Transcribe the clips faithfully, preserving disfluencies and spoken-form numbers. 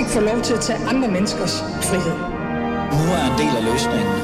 ikke få lov til at tage andre menneskers frihed. Nu er en del af løsningen.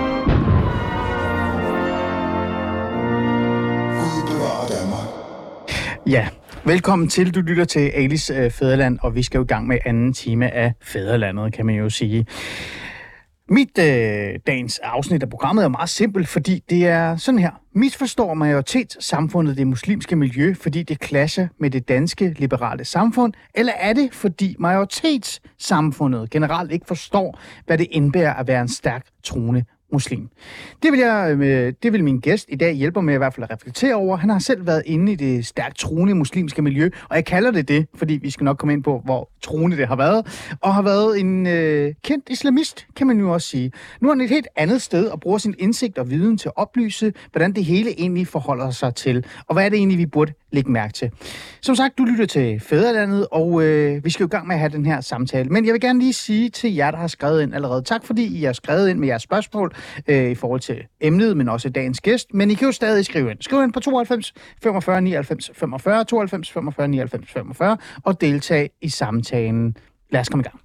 Ja, velkommen til. Du lytter til Alis øh, Fædreland, og vi skal jo i gang med anden time af Fædrelandet, kan man jo sige. Mit øh, dagens afsnit af programmet er meget simpelt, fordi det er sådan her. Misforstår majoritetssamfundet det muslimske miljø, fordi det clasher med det danske liberale samfund, eller er det, fordi majoritetssamfundet generelt ikke forstår, hvad det indebærer at være en stærk troende muslim? Det vil, jeg, det vil min gæst i dag hjælpe mig med i hvert fald at reflektere over. Han har selv været inde i det stærkt troende muslimske miljø, og jeg kalder det det, fordi vi skal nok komme ind på, hvor troende det har været, og har været en øh, kendt islamist, kan man jo også sige. Nu er han et helt andet sted og bruger sin indsigt og viden til at oplyse, hvordan det hele egentlig forholder sig til, og hvad er det egentlig, vi burde lægge mærke til. Som sagt, du lytter til Fædrelandet, og øh, vi skal jo i gang med at have den her samtale. Men jeg vil gerne lige sige til jer, der har skrevet ind allerede, tak fordi I har skrevet ind med jeres spørgsmål øh, i forhold til emnet, men også dagens gæst. Men I kan jo stadig skrive ind. Skriv ind på tooghalvfems femogfyrre nioghalvfems femogfyrre, tooghalvfems femogfyrre nioghalvfems femogfyrre, og deltag i samtalen. Lad os komme i gang.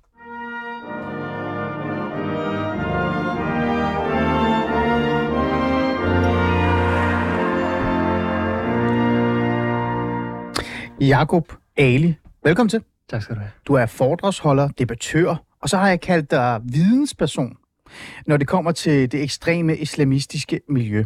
Jakob Ali, velkommen til. Tak skal du have. Du er foredragsholder, debattør, og så har jeg kaldt dig vidensperson, når det kommer til det ekstreme islamistiske miljø.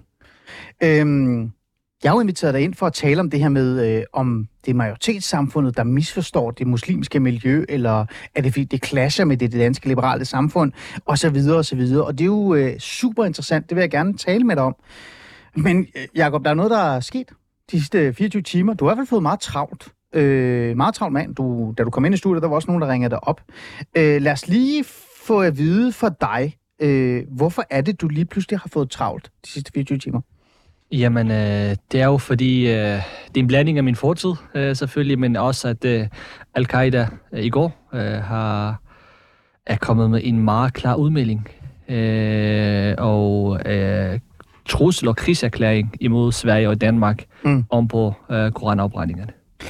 Øhm, jeg har jo inviteret dig ind for at tale om det her med, øh, om det er majoritetssamfundet, der misforstår det muslimske miljø, eller er det fordi det clasher med det, det danske liberale samfund, og så videre og så videre. Og det er jo øh, super interessant, det vil jeg gerne tale med dig om. Men Jakob, der er noget, der er sket de sidste fireogtyve timer. Du har i hvert fald fået meget travlt. Øh, meget travlt mand. Du, da du kom ind i studiet, der var også nogen, der ringede dig op. Øh, lad os lige få at vide for dig, øh, hvorfor er det, du lige pludselig har fået travlt de sidste fireogtyve timer? Jamen, øh, det er jo fordi, øh, det er en blanding af min fortid, øh, selvfølgelig, men også at øh, Al-Qaida øh, i går øh, har, er kommet med en meget klar udmelding. Øh, og øh, trussel og krigserklæring imod Sverige og Danmark mm. om på øh, koranafbrændingerne.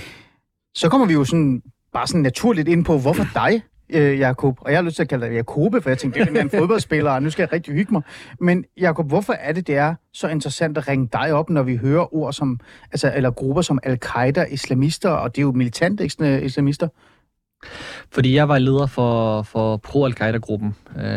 Så kommer vi jo sådan, bare sådan naturligt ind på, hvorfor dig, øh, Jakob? Og jeg har lyst til at kalde dig Jakobe, for jeg tænkte, det er en fodboldspiller, og nu skal jeg rigtig hygge mig. Men Jakob, hvorfor er det, det er så interessant at ringe dig op, når vi hører ord som, altså, eller grupper som Al-Qaida, islamister, og det er jo militante islamister? Fordi jeg var leder for, for pro-Al-Qaida-gruppen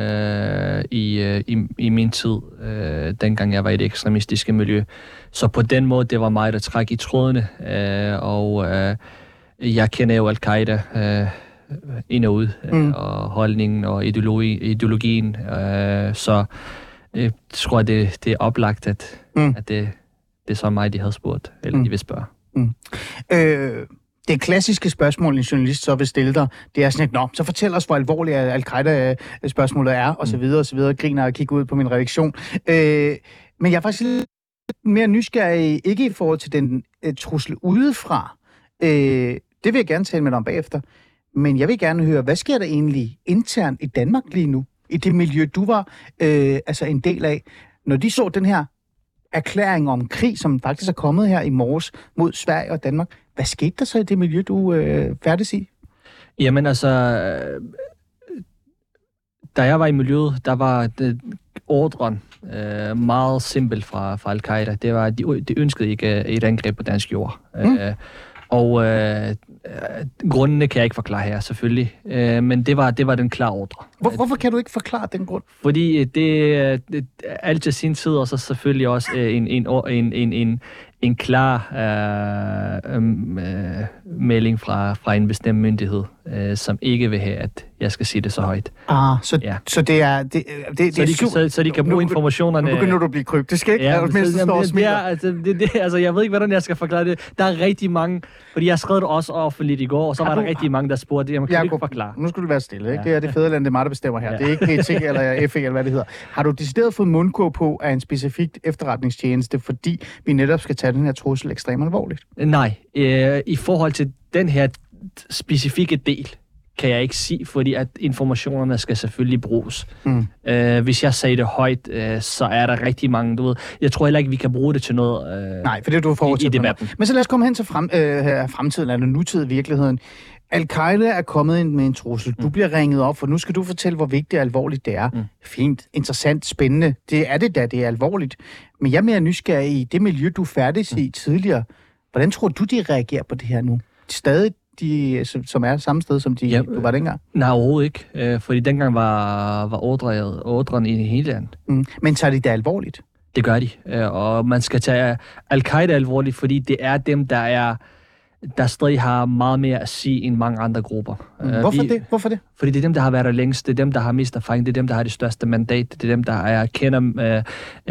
øh, i, i, i min tid, øh, dengang jeg var i det ekstremistiske miljø. Så på den måde, det var mig, der træk i trådene, øh, og øh, jeg kender jo Al-Qaida øh, ind og ud, mm. øh, og holdningen og ideologi, ideologien. Øh, så jeg tror, det, det er oplagt, at, mm. at det, det er så mig, de havde spurgt, eller mm. de vil spørge. Mm. Øh... Det klassiske spørgsmål, en journalist så vil stille dig, det er sådan et, nå, så fortæl os, hvor alvorligt Al-Qaida-spørgsmålet er, og så videre, og så videre, griner og kigger ud på min reaktion. Øh, men jeg er faktisk lidt mere nysgerrig, ikke i forhold til den uh, trussel udefra. Øh, det vil jeg gerne tale med dig om bagefter. Men jeg vil gerne høre, hvad sker der egentlig internt i Danmark lige nu? I det miljø, du var øh, altså en del af, når de så den her erklæring om krig, som faktisk er kommet her i morges mod Sverige og Danmark. Hvad skete der så i det miljø, du øh, færdes i? Jamen altså, da jeg var i miljøet, der var det, ordren øh, meget simpel fra, fra Al-Qaida. Det var, de, de ønskede ikke et angreb på dansk jord. Mm. Øh, og øh, grundene kan jeg ikke forklare her, selvfølgelig. Øh, men det var, det var den klare ordre. Hvor, hvorfor kan du ikke forklare den grund? Fordi det, det alt til sin tid, og så selvfølgelig også en, en, en, en, en, en klar øh, øh, melding fra, fra en bestemt myndighed, øh, som ikke vil have, at jeg skal sige det så højt. Ah, så, ja. så det er... Det, det, det så, er de, så, så de kan bruge nu, informationerne... Nu begynder du at blive kryptisk, ikke? Ja, det, så, jamen, det, det, er, altså, det, det, altså, jeg ved ikke, hvordan jeg skal forklare det. Der er rigtig mange... Fordi jeg skrev det også offentligt i går, og så har var du, der rigtig mange, der spurgte, jeg kan Jacob, ikke forklare. Nu skal du være stille, ikke? Ja. Det er det Fædreland, det er mig, der bestemmer her. Ja. Det er ikke P T eller F E eller hvad det hedder. Har du decideret fået mundkurv på af en specifik efterretningstjeneste, fordi vi netop skal tage den her trussel ekstremt alvorligt? Nej. Øh, I forhold til den her specifikke del, kan jeg ikke sige, fordi at informationerne skal selvfølgelig bruges. Mm. Øh, hvis jeg sagde det højt, øh, så er der rigtig mange, du ved. Jeg tror heller ikke, vi kan bruge det til noget øh, Nej, for det er du får i, i debatten. Men så lad os komme hen til frem, øh, fremtiden, eller nutid i virkeligheden. Al-Qaida er kommet ind med en trussel. Du bliver ringet op, for nu skal du fortælle, hvor vigtigt og alvorligt det er. Mm. Fint, interessant, spændende. Det er det da, det er alvorligt. Men jeg er mere nysgerrig i det miljø, du færdes i tidligere. Hvordan tror du, de reagerer på det her nu? Stadig de, som er samme sted, som de, ja, du var dengang? Nej, overhovedet ikke. Øh, fordi dengang var, var ordret, ordren i hele landet. Mm. Men tager de det alvorligt? Det gør de. Øh, og man skal tage Al-Qaida alvorligt, fordi det er dem, der er der stadig har meget mere at sige end mange andre grupper. Mm. Hvorfor, vi, det? Hvorfor det? Fordi det er dem, der har været der længst, det er dem, der har mest erfaring, det er dem, der har det største mandat, det er dem, der er, kender øh,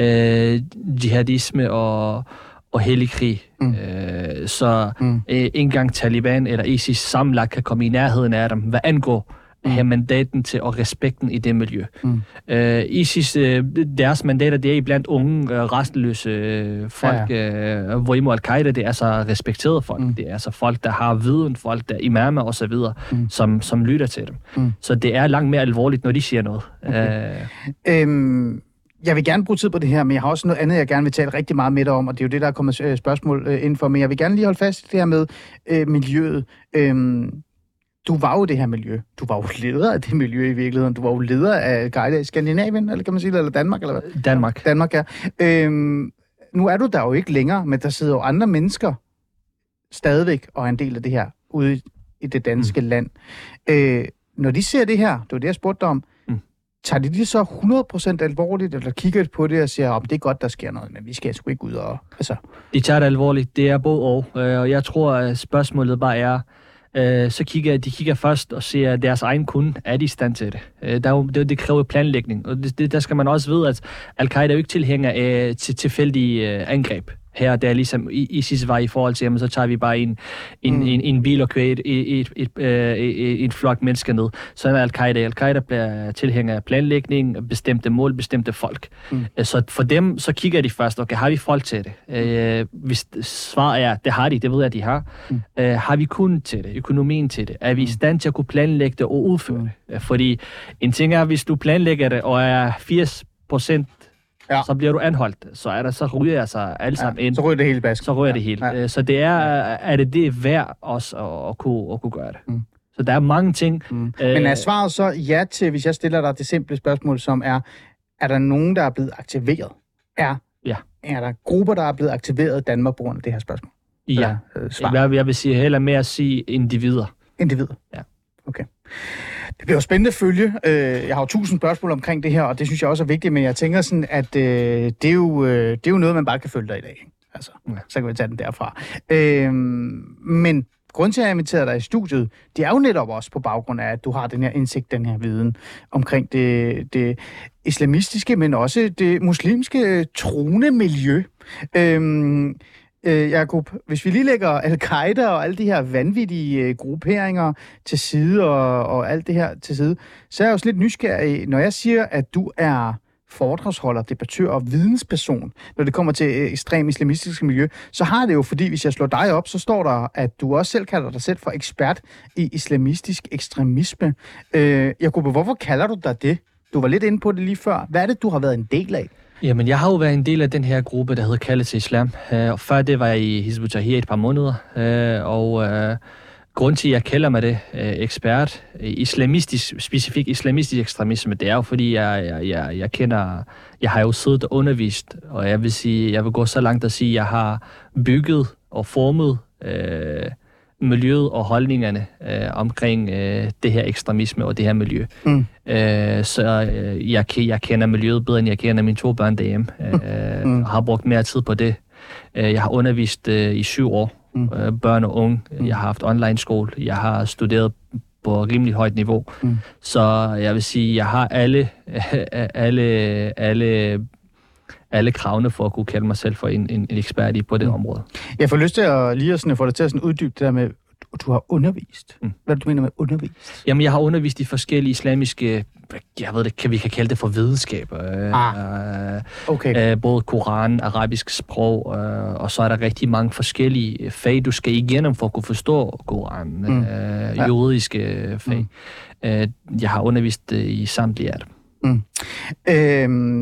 øh, jihadisme og, og hellig krig. Mm. Øh, så mm. øh, ikke engang Taliban eller ISIS sammenlagt kan komme i nærheden af dem, hvad angår mm. have mandaten til og respekten i det miljø. Mm. Øh, ISIS, øh, deres mandater, det er iblandt unge, øh, restløse øh, folk, ja, ja. Øh, hvorimod Al-Qaida, det er så respekterede folk. Mm. Det er så folk, der har viden, folk, der er imamer og så videre, mm. som, som lytter til dem. Mm. Så det er langt mere alvorligt, når de siger noget. Okay. Øh, øhm Jeg vil gerne bruge tid på det her, men jeg har også noget andet, jeg gerne vil tale rigtig meget med dig om, og det er jo det, der er kommet spørgsmål øh, ind for. Men jeg vil gerne lige holde fast i det her med øh, miljøet. Øhm, du var jo det her miljø. Du var jo leder af det miljø i virkeligheden. Du var jo leder af Al-Qaida i Skandinavien, eller kan man sige det, eller Danmark, eller hvad? Danmark. Danmark, ja. Øhm, nu er du der jo ikke længere, men der sidder jo andre mennesker stadigvæk og er en del af det her ude i det danske mm. land. Øh, når de ser det her, det var det, jeg spurgte dig om, tager de det så hundrede procent alvorligt, eller kigger de på det og siger, om det er godt, der sker noget, men vi skal sgu ikke ud og... Altså. De tager det alvorligt. Det er både og. Og jeg tror, at spørgsmålet bare er, øh, så kigger de kigger først og ser deres egen kunde, er de i stand til det. Øh, der er jo, det, det kræver planlægning, og det, det, der skal man også vide, at Al-Qaida er jo ikke tilhænger af til tilfældige øh, angreb. Her der er ligesom ISIS var i forhold til, jamen, så tager vi bare en, en, mm. en, en bil og kører et, et, et, et, et, et flok mennesker ned. Så er Al-Qaida. Al-Qaida bliver tilhænger af planlægning, bestemte mål, bestemte folk. Mm. Så for dem, så kigger de først, okay, har vi folk til det? Mm. Øh, hvis svaret er, det har de, det ved jeg, at de har. Mm. Øh, har vi kunden til det, økonomien til det? Er vi i stand til at kunne planlægge det og udføre mm. det? Fordi en ting er, hvis du planlægger det, og er firs procent ja. Så bliver du anholdt, så er der så ryger jeg sig alle sammen ja, ind. Så ryger det hele bask. Så ryger ja. det hele. Ja. Så det er, er det det værd også at, at, kunne, at kunne gøre det. Mm. Så der er mange ting. Mm. Men er svaret så ja til, hvis jeg stiller dig det simple spørgsmål, som er, er der nogen, der er blevet aktiveret? Er, ja. er der grupper, der er blevet aktiveret i Danmark på grund af det her spørgsmål? Ja. Eller, øh, svar? Jeg, jeg vil sige heller mere at sige individer. Individer? Ja. Okay. Det bliver jo spændende at følge. Jeg har jo tusind spørgsmål omkring det her, og det synes jeg også er vigtigt, men jeg tænker sådan, at øh, det, er jo, øh, det er jo noget, man bare kan følge dig i dag. Altså, ja. Så kan vi tage den derfra. Øh, men grunden til, at jeg inviterede dig i studiet, det er jo netop også på baggrund af, at du har den her indsigt, den her viden omkring det, det islamistiske, men også det muslimske troende miljø. Øh, Øh, Jakob, hvis vi lige lægger Al-Qaida og alle de her vanvittige øh, grupperinger til side og, og alt det her til side, så er jeg også lidt nysgerrig, når jeg siger, at du er foredragsholder, debattør og vidensperson, når det kommer til øh, ekstrem islamistiske miljø, så har det jo, fordi hvis jeg slår dig op, så står der, at du også selv kalder dig selv for ekspert i islamistisk ekstremisme. Øh, Jakob, hvorfor kalder du dig det? Du var lidt inde på det lige før. Hvad er det, du har været en del af? Jamen, jeg har jo været en del af den her gruppe, der hedder Kaldet til Islam. Uh, og før det var jeg i Hizb ut-Tahrir et par måneder. Uh, og uh, grund til, at jeg kalder mig det uh, ekspert, islamistisk, specifikt islamistisk ekstremisme, det er jo fordi, jeg, jeg, jeg, jeg kender, jeg har jo siddet og undervist, og jeg vil sige, jeg vil gå så langt at sige, at jeg har bygget og formet uh, miljøet og holdningerne øh, omkring øh, det her ekstremisme og det her miljø. Mm. Øh, så øh, jeg, jeg kender miljøet bedre, end jeg kender mine to børn derhjemme. Øh, mm. Og har brugt mere tid på det. Øh, jeg har undervist øh, i syv år, mm. øh, børn og unge. Mm. Jeg har haft online skole. Jeg har studeret på rimelig højt niveau. Mm. Så jeg vil sige, jeg har alle, alle, alle alle kravene for at kunne kalde mig selv for en, en, en ekspert i på det mm. område. Jeg får lyst til at lige at sådan, få dig til at sådan uddybe det der med, at du har undervist. Mm. Hvad du mener med undervist? Jamen, jeg har undervist i forskellige islamiske, jeg ved det, kan vi kan kalde det for videnskab. Ah. Øh, okay. øh, både Koran, arabisk sprog, øh, og så er der rigtig mange forskellige fag, du skal igennem for at kunne forstå Koran, mm. øh, ja. juridiske fag. Mm. Øh, jeg har undervist øh, i samtlige af dem. Mm. Øhm,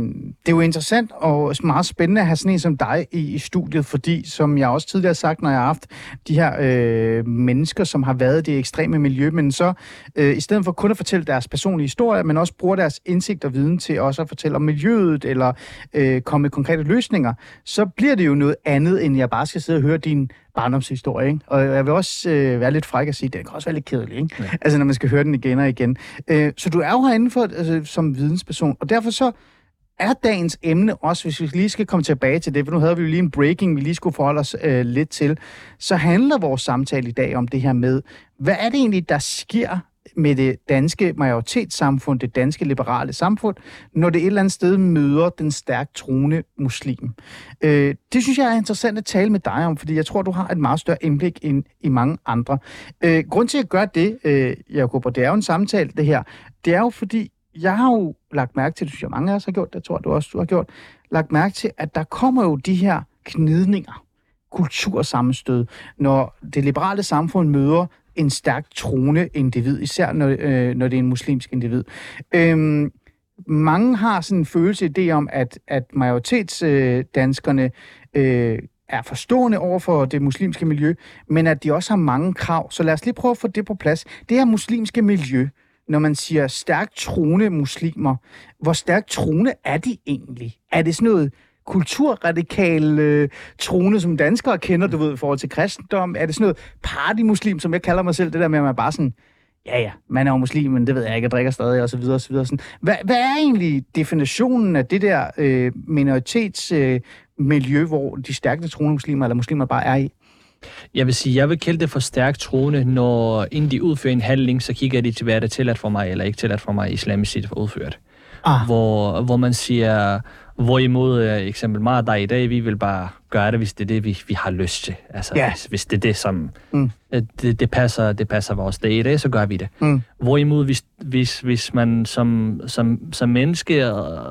Det er jo interessant og meget spændende at have sådan en som dig i, i studiet, fordi, som jeg også tidligere har sagt, når jeg har haft de her øh, mennesker, som har været i det ekstreme miljø, men så øh, i stedet for kun at fortælle deres personlige historie, men også bruger deres indsigt og viden til også at fortælle om miljøet, eller øh, komme med konkrete løsninger, så bliver det jo noget andet, end jeg bare skal sidde og høre din barndomshistorie, ikke? Og jeg vil også øh, være lidt fræk at sige, at det kan også være lidt kedeligt, ikke? Ja. Altså, når man skal høre den igen og igen. Øh, så du er jo herinde for, altså, som vidensperson, og derfor så er dagens emne også, hvis vi lige skal komme tilbage til det, for nu havde vi jo lige en breaking, vi lige skulle forholde os øh, lidt til, så handler vores samtale i dag om det her med, hvad er det egentlig, der sker med det danske majoritetssamfund, det danske liberale samfund, når det et eller andet sted møder den stærkt troende muslim. Øh, det synes jeg er interessant at tale med dig om, fordi jeg tror, du har et meget større indblik end i mange andre. Øh, grund til at gøre det, øh, Jacob, og det er jo en samtale, det her, det er jo fordi, jeg har jo lagt mærke til, det synes jeg mange af os har gjort, det tror jeg du også du har gjort, lagt mærke til, at der kommer jo de her knidninger, kultursammenstød, når det liberale samfund møder en stærkt troende individ, især når, øh, når det er en muslimsk individ. Øhm, mange har sådan en følelse idé om, at, at majoritetsdanskerne øh, er forstående over for det muslimske miljø, men at de også har mange krav. Så lad os lige prøve at få det på plads. Det her muslimske miljø, når man siger stærkt troende muslimer, hvor stærkt troende er de egentlig? Er det sådan noget kulturradikal øh, troende, som danskere kender, du ved, i forhold til kristendom? Er det sådan noget partymuslim, som jeg kalder mig selv, det der med, at man bare sådan, ja ja, man er jo muslim, men det ved jeg ikke, jeg drikker stadig, og så videre, og så videre. Sådan. Hvad, hvad er egentlig definitionen af det der øh, minoritetsmiljø, øh, hvor de stærkeste troende muslimer, eller muslimer bare er i? Jeg vil sige, jeg vil kalde det for stærkt troende, når inden de udfører en handling, så kigger de til, hvad er det tilladt for mig, eller ikke tilladt for mig islamisk set for udført. Ah. Hvor, hvor man siger, hvorimod eksempel mig og dig i dag, vi vil bare gøre det, hvis det er det, vi, vi har lyst til. Altså, yeah. hvis, hvis det er det, som mm. det, det, passer, det passer vores dag i dag, så gør vi det. Mm. Hvorimod, hvis, hvis, hvis man som, som, som menneske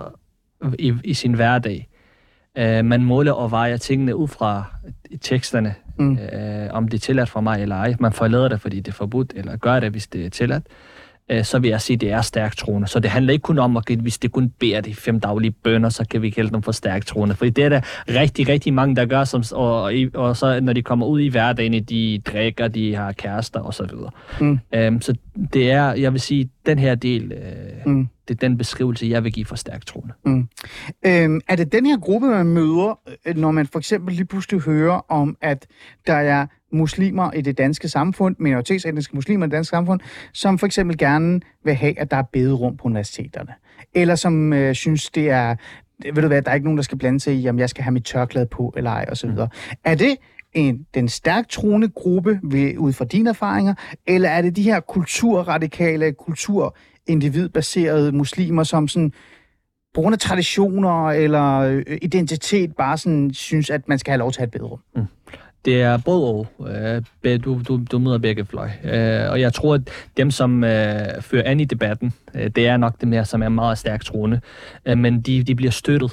i, i sin hverdag, øh, man måler og vejer tingene ud fra teksterne, mm. øh, om det er tilladt for mig eller ej. Man forlader det, fordi det er forbudt, eller gør det, hvis det er tilladt. Så vil jeg sige, at det er stærkt troende. Så det handler ikke kun om, at hvis det kun beder de fem daglige bønner, så kan vi kalde dem for stærkt troende. For det er der rigtig, rigtig mange, der gør, som, og, og så når de kommer ud i hverdagen, de drikker, de har kærester og så videre. Mm. Um, så det er, jeg vil sige, den her del, uh, mm. det er den beskrivelse, jeg vil give for stærkt troende. Mm. Øhm, er det den her gruppe, man møder, når man for eksempel lige pludselig hører om, at der er muslimer i det danske samfund, minoritetsetniske muslimer i det danske samfund, som for eksempel gerne vil have, at der er bederum på universiteterne. Eller som øh, synes, det er, ved du hvad, der er ikke nogen, der skal blande sig i, om jeg skal have mit tørklæde på, eller ej, og så videre. Mm. Er det en, den stærkt troende gruppe, ved, ud fra dine erfaringer, eller er det de her kulturradikale, kulturindividbaserede muslimer, som sådan, på grund af traditioner eller øh, identitet, bare sådan synes, at man skal have lov til at have et bederum? Mm. Det er både og. Du, du, du møder begge fløj. Og jeg tror, at dem, som fører an i debatten, det er nok dem her, som er meget stærkt troende. Men de, de bliver støttet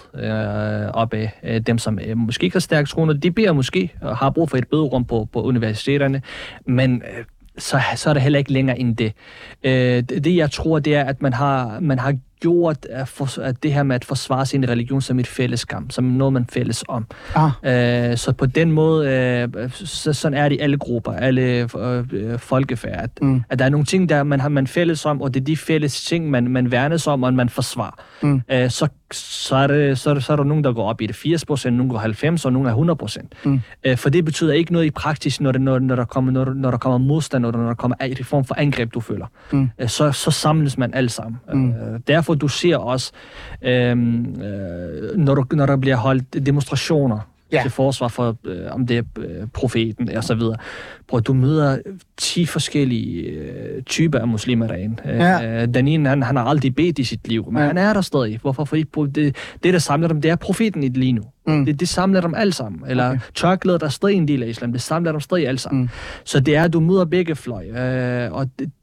op af dem, som måske ikke er stærkt troende. De bliver måske og har brug for et bederum på, på universiteterne, men så, så er det heller ikke længere end det. Det, jeg tror, det er, at man har, man har gjort at, for, at det her med at forsvare sin religion som et fællesskab, som noget, man fælles om. Ah. Øh, så på den måde, øh, så, sådan er det i alle grupper, alle øh, folkefærd. Mm. At der er nogle ting, der man har man fælles om, og det er de fælles ting, man, man værnes om, og man forsvarer. Mm. Øh, så, så, er det, så, er det, så er der nogen, der går op i det firs procent, nogen går halvfems, og nogen er hundrede procent. Mm. Øh, for det betyder ikke noget i praksis, når, det, når, når, der, kommer, når, når der kommer modstand, og når der kommer en form for angreb, du føler. Mm. Øh, så, så samles man alle sammen. Mm. Øh, derfor du ser også, øhm, øh, når, du, når der bliver holdt demonstrationer ja. til forsvar for, øh, om det er øh, profeten og så videre. Prøv, du møder ti forskellige øh, typer af muslimer derinde. Ja. Øh, den ene, han, han har aldrig bedt i sit liv, men ja. han er der stadig. Hvorfor? Fordi det, det, der samler dem, det er profeten i det lige nu. Mm. Det, det samler dem alle sammen. Eller okay. tørklæder, der er stadig en del af islam, det samler dem stadig alle sammen. Mm. Så det er, du møder begge fløj. Øh, og det,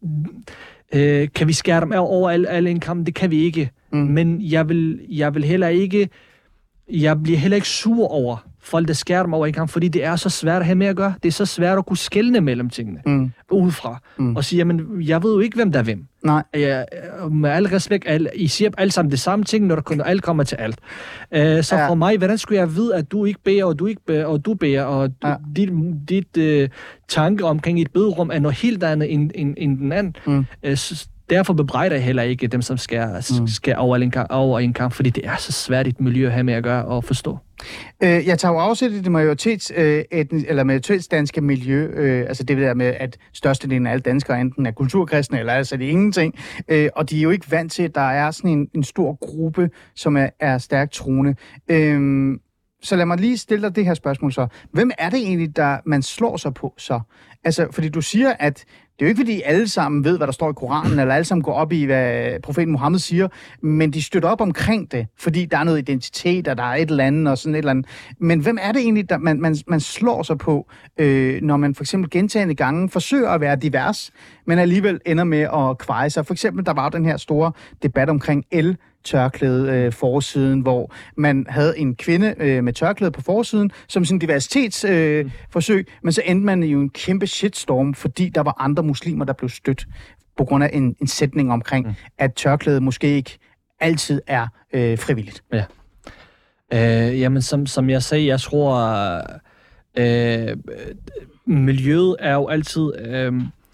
Øh, kan vi skære dem over alle, alle en kamp? Det kan vi ikke. Mm. Men jeg vil, jeg vil heller ikke, jeg bliver heller ikke sur over folk, der skærer dem over en kamp, fordi det er så svært at have med at gøre. Det er så svært at kunne skelne mellem tingene mm. udefra. Mm. Og sige, jamen, jeg ved jo ikke, hvem der er hvem. Nej. Jeg, med al respekt, alle, I siger alle sammen det samme ting, når, der, når alt kommer til alt. Uh, så ja. For mig, hvordan skulle jeg vide, at du ikke beder, og du ikke beder, og du beder, og ja. dit, dit uh, tanke omkring et bederum er noget helt andet end, end, end den anden. Mm. Uh, så, derfor bebrejder jeg heller ikke dem, som skal, mm. skal over, en kamp, over en kamp, fordi det er så svært et miljø at have med at gøre og forstå. Øh, jeg tager jo afsæt i det majoritets, øh, etnisk, eller majoritetsdanske miljø, øh, altså det der med, at størstedelen af alle danskere enten er kulturkristne, eller altså det er ingenting, øh, og de er jo ikke vant til, at der er sådan en, en stor gruppe, som er, er stærkt troende. Øh, så lad mig lige stille dig det her spørgsmål så. Hvem er det egentlig, der man slår sig på så? Altså, fordi du siger, at det er jo ikke, fordi alle sammen ved, hvad der står i Koranen, eller alle sammen går op i, hvad profeten Muhammed siger, men de støtter op omkring det, fordi der er noget identitet, og der er et eller andet, og sådan et eller andet. Men hvem er det egentlig, der man, man, man slår sig på, øh, når man for eksempel gentagne gange forsøger at være divers, men alligevel ender med at kveje sig? For eksempel, der var den her store debat omkring el, tørklæde øh, forsiden, hvor man havde en kvinde øh, med tørklæde på forsiden, som sådan en diversitetsforsøg, øh, forsøg, men så endte man i en kæmpe shitstorm, fordi der var andre muslimer, der blev stødt på grund af en, en sætning omkring, mm. at tørklæde måske ikke altid er øh, frivilligt. Ja. Øh, jamen, som, som jeg sagde, jeg tror, øh, miljøet er jo altid... Øh,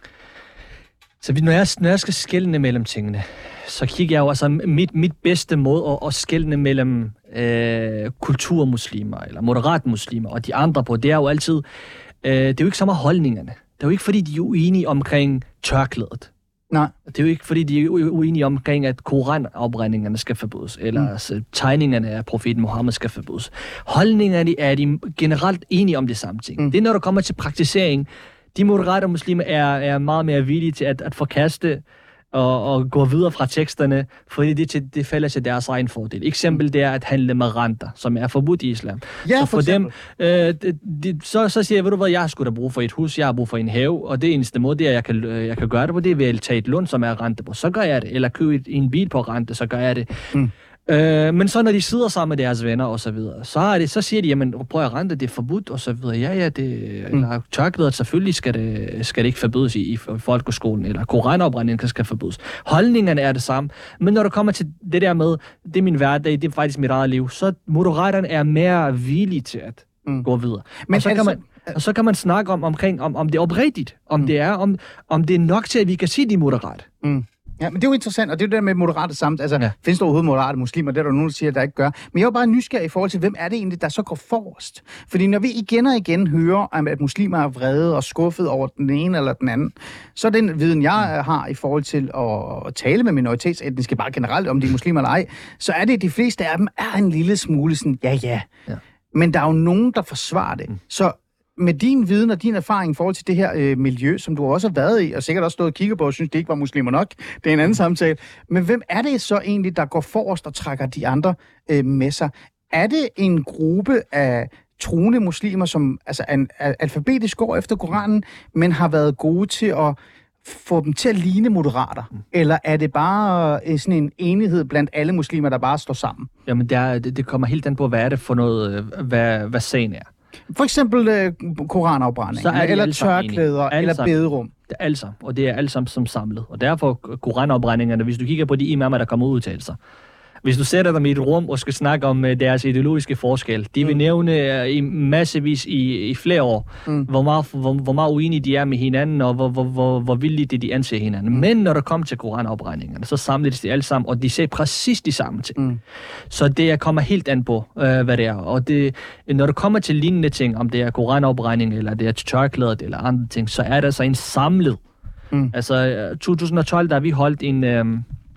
så når jeg, når jeg skal skelne mellem tingene, så kigger jeg jo altså mit, mit bedste måde at, at skelne mellem øh, kulturmuslimer eller moderat muslimer og de andre på, det er jo altid, øh, det er jo ikke så meget holdningerne. Det er jo ikke fordi, de er uenige omkring tørklædet. Nej. Det er jo ikke fordi, de er uenige omkring, at koranopbrændingerne skal forbydes, eller mm. altså, tegningerne af profeten Muhammed skal forbydes. Holdningerne er de generelt enige om det samme ting. Mm. Det er, når der kommer til praktisering. De moderate muslimer er, er meget mere villige til at, at forkaste og, og gå videre fra teksterne, fordi det, til, det falder til deres egen fordel. Eksempel det er at handle med renter, som er forbudt i islam. Ja, så for, for dem, øh, de, de, så, så siger jeg, ved du hvad, jeg skulle da bruge for et hus, jeg har brug for en have, og det eneste måde, det er, jeg kan, jeg kan gøre det på, det er ved at tage et lån, som er rente på. Så gør jeg det. Eller købe et, en bil på rente, så gør jeg det. Mm. Øh, men så når de sidder sammen med deres venner og så videre, så, er det, så siger de, jamen prøv at rente, det er forbudt og så videre. Ja, ja, det mm. eller tørklæder, selvfølgelig skal det, skal det ikke forbydes i, i folkeskolen, eller koranopbrændingen skal forbydes. Holdningerne er det samme, men når det kommer til det der med, det er min hverdag, det er faktisk mit eget liv, så moderaterne er mere villige til at mm. gå videre. Men og så, kan man, og så kan man snakke om, omkring, om, om det er oprigtigt, om mm. det er, om, om det er nok til, at vi kan sige, de er moderate. Mm. Ja, men det er jo interessant, og det er jo det der med moderate samt. Altså, ja. Findes der overhovedet moderate muslimer? Det er der nogen, der siger, at der ikke gør. Men jeg er jo bare nysgerrig i forhold til, hvem er det egentlig, der så går forrest? Fordi når vi igen og igen hører, at muslimer er vrede og skuffet over den ene eller den anden, så er den viden, jeg har i forhold til at tale med minoritetsetniske, bare generelt om de muslimer eller ej, så er det, at de fleste af dem er en lille smule sådan, ja, ja. ja. Men der er jo nogen, der forsvarer det. Mm. Så med din viden og din erfaring i forhold til det her øh, miljø, som du også har været i, og sikkert også stået og kigget på, og synes, det ikke var muslimer nok, det er en anden samtale. Men hvem er det så egentlig, der går forrest og trækker de andre øh, med sig? Er det en gruppe af troende muslimer, som altså an, alfabetisk går efter Koranen, men har været gode til at få dem til at ligne moderater? Mm. Eller er det bare øh, sådan en enighed blandt alle muslimer, der bare står sammen? Jamen, det, er, det, det kommer helt an på, hvad er det for noget, hvad, hvad sagen er. For eksempel øh, koranafbrænding, eller tørklæder, eller bederum. Det er alt sammen, og det er alt sammen som samlet. Og derfor koranafbrændingerne, hvis du kigger på de imamer, der kommer ud til sig. Hvis du sætter dem i et rum og skal snakke om deres ideologiske forskel, de vil mm. nævne i massevis i, i flere år, mm. hvor, meget, hvor, hvor meget uenige de er med hinanden, og hvor, hvor, hvor, hvor villige det de anser hinanden. Mm. Men når der kommer til koranafbrændingerne, så samles de alle sammen, og de ser præcis de samme ting. Mm. Så det kommer helt an på, øh, hvad det er. Og det, når det kommer til lignende ting, om det er koranafbrænding, eller det er tørklædet, eller andre ting, så er der så en samlet. Mm. Altså, to tusind og tolv, der vi holdt en... Øh,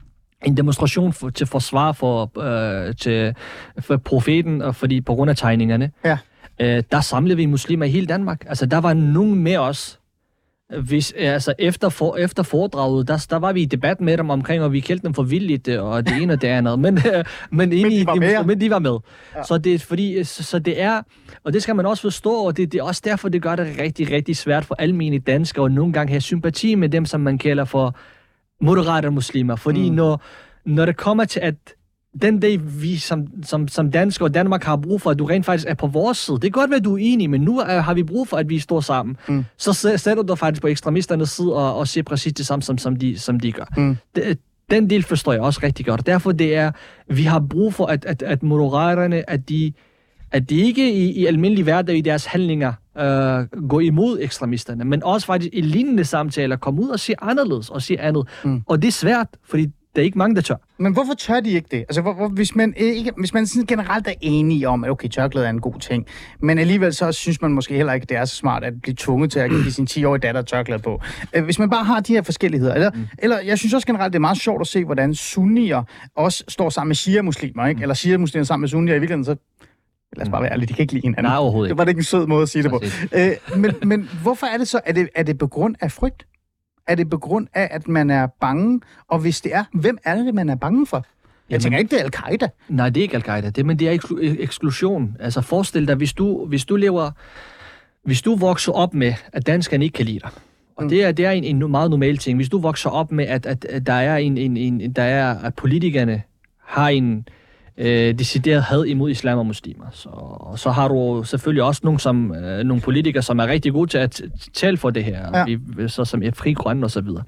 en demonstration for, til forsvar for, øh, til, for profeten, og fordi på grund af tegningerne, ja. øh, der samlede vi muslimer i hele Danmark. Altså, der var nogen med os. Hvis, altså, efter, for, efter foredraget, der, der var vi i debat med dem omkring, og vi kaldte dem for vildt, og det ene og det andet. Men, øh, men, men, de, var de, med. men de var med. Ja. Så, det, fordi, så, så det er, og det skal man også forstå, og det, det er også derfor, det gør det rigtig, rigtig svært for almindelige danskere, og nogle gange have sympati med dem, som man kalder for moderate muslimer, fordi mm. når, når det kommer til, at den dag, vi som, som, som danskere og Danmark har brug for, at du rent faktisk er på vores side. Det kan godt være, at du er enig, men nu er, har vi brug for, at vi står sammen. Mm. Så sætter du faktisk på ekstremisternes side og, og siger præcis det samme, som, som, de, som de gør. Mm. Det, den del forstår jeg også rigtig godt. Derfor det er, vi har brug for, at, at, at moderaterne, at de, at de ikke i, i almindelig hverdag i deres handlinger øh, går imod ekstremisterne, men også faktisk i lignende samtaler kommer ud og siger anderledes og siger andet. Mm. Og det er svært, fordi der er ikke mange, der tør. Men hvorfor tør de ikke det? Altså, hvor, hvor, hvis man, ikke, hvis man sådan generelt er enig om, at okay, tørklæde er en god ting, men alligevel så synes man måske heller ikke, at det er så smart at blive tvunget til at give sin ti-årige datter tørklæde på. Hvis man bare har de her forskelligheder. Eller, mm. eller jeg synes også generelt, det er meget sjovt at se, hvordan sunnier også står sammen med shia-muslimer, ikke? Eller shia-muslimer sammen med sunnier. I virkeligheden så... Lad os bare være ærlige, de kan ikke lide hinanden. Nej, overhovedet ikke. Det var det ikke en sød måde at sige det på. Øh, men, men hvorfor er det så? Er det, er det på grund af frygt? Er det på grund af, at man er bange? Og hvis det er, hvem er det, man er bange for? Jeg Jamen, tænker ikke, det er Al-Qaida. Nej, det er ikke Al-Qaida. Det, men det er eksklu- eksklusion. Altså forestil dig, hvis du, hvis du lever... Hvis du vokser op med, at danskerne ikke kan lide dig, og mm. det er, det er en, en meget normal ting. Hvis du vokser op med, at, at, at der er en, en, en der er, at politikerne har en øh, decideret had imod islam og muslimer, så, så har du selvfølgelig også nogle, som, øh, nogle politikere, som er rigtig gode til at tale for det her, ja. vi, så som er Fri Grønne og så videre.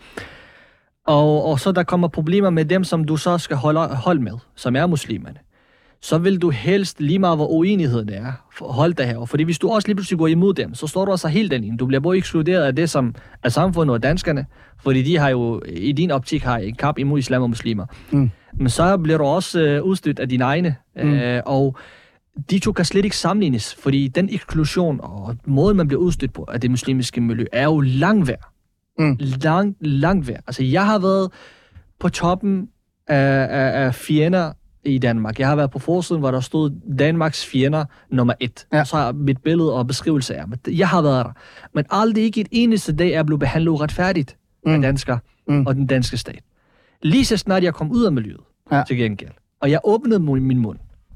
Og, og så der kommer problemer med dem, som du så skal holde, holde med, som er muslimerne. Så vil du helst lige meget, hvor uenigheden er, holde dig her. Fordi hvis du også lige pludselig går imod dem, så står du også helt den ene. Du bliver både ekskluderet af det, som er samfundet og danskerne, fordi de har jo i din optik har en kamp imod islam og muslimer. Mm. Men så bliver du også øh, udstødt af dine egne. Mm. Øh, og de to kan slet ikke sammenlignes, fordi den eksklusion og måden, man bliver udstødt på af det muslimske miljø, er jo langt værd. Mm. Langt, langt værd. Altså, jeg har været på toppen af, af, af fjender i Danmark. Jeg har været på forsiden, hvor der stod Danmarks fjender nummer et. Ja. Og så har mit billede og beskrivelse af. Jeg har været der. Men aldrig ikke et eneste dag er blevet behandlet uretfærdigt mm. af danskere mm. og den danske stat. Lige så snart jeg kom ud af miljøet, ja. til gengæld, og jeg åbnede min mund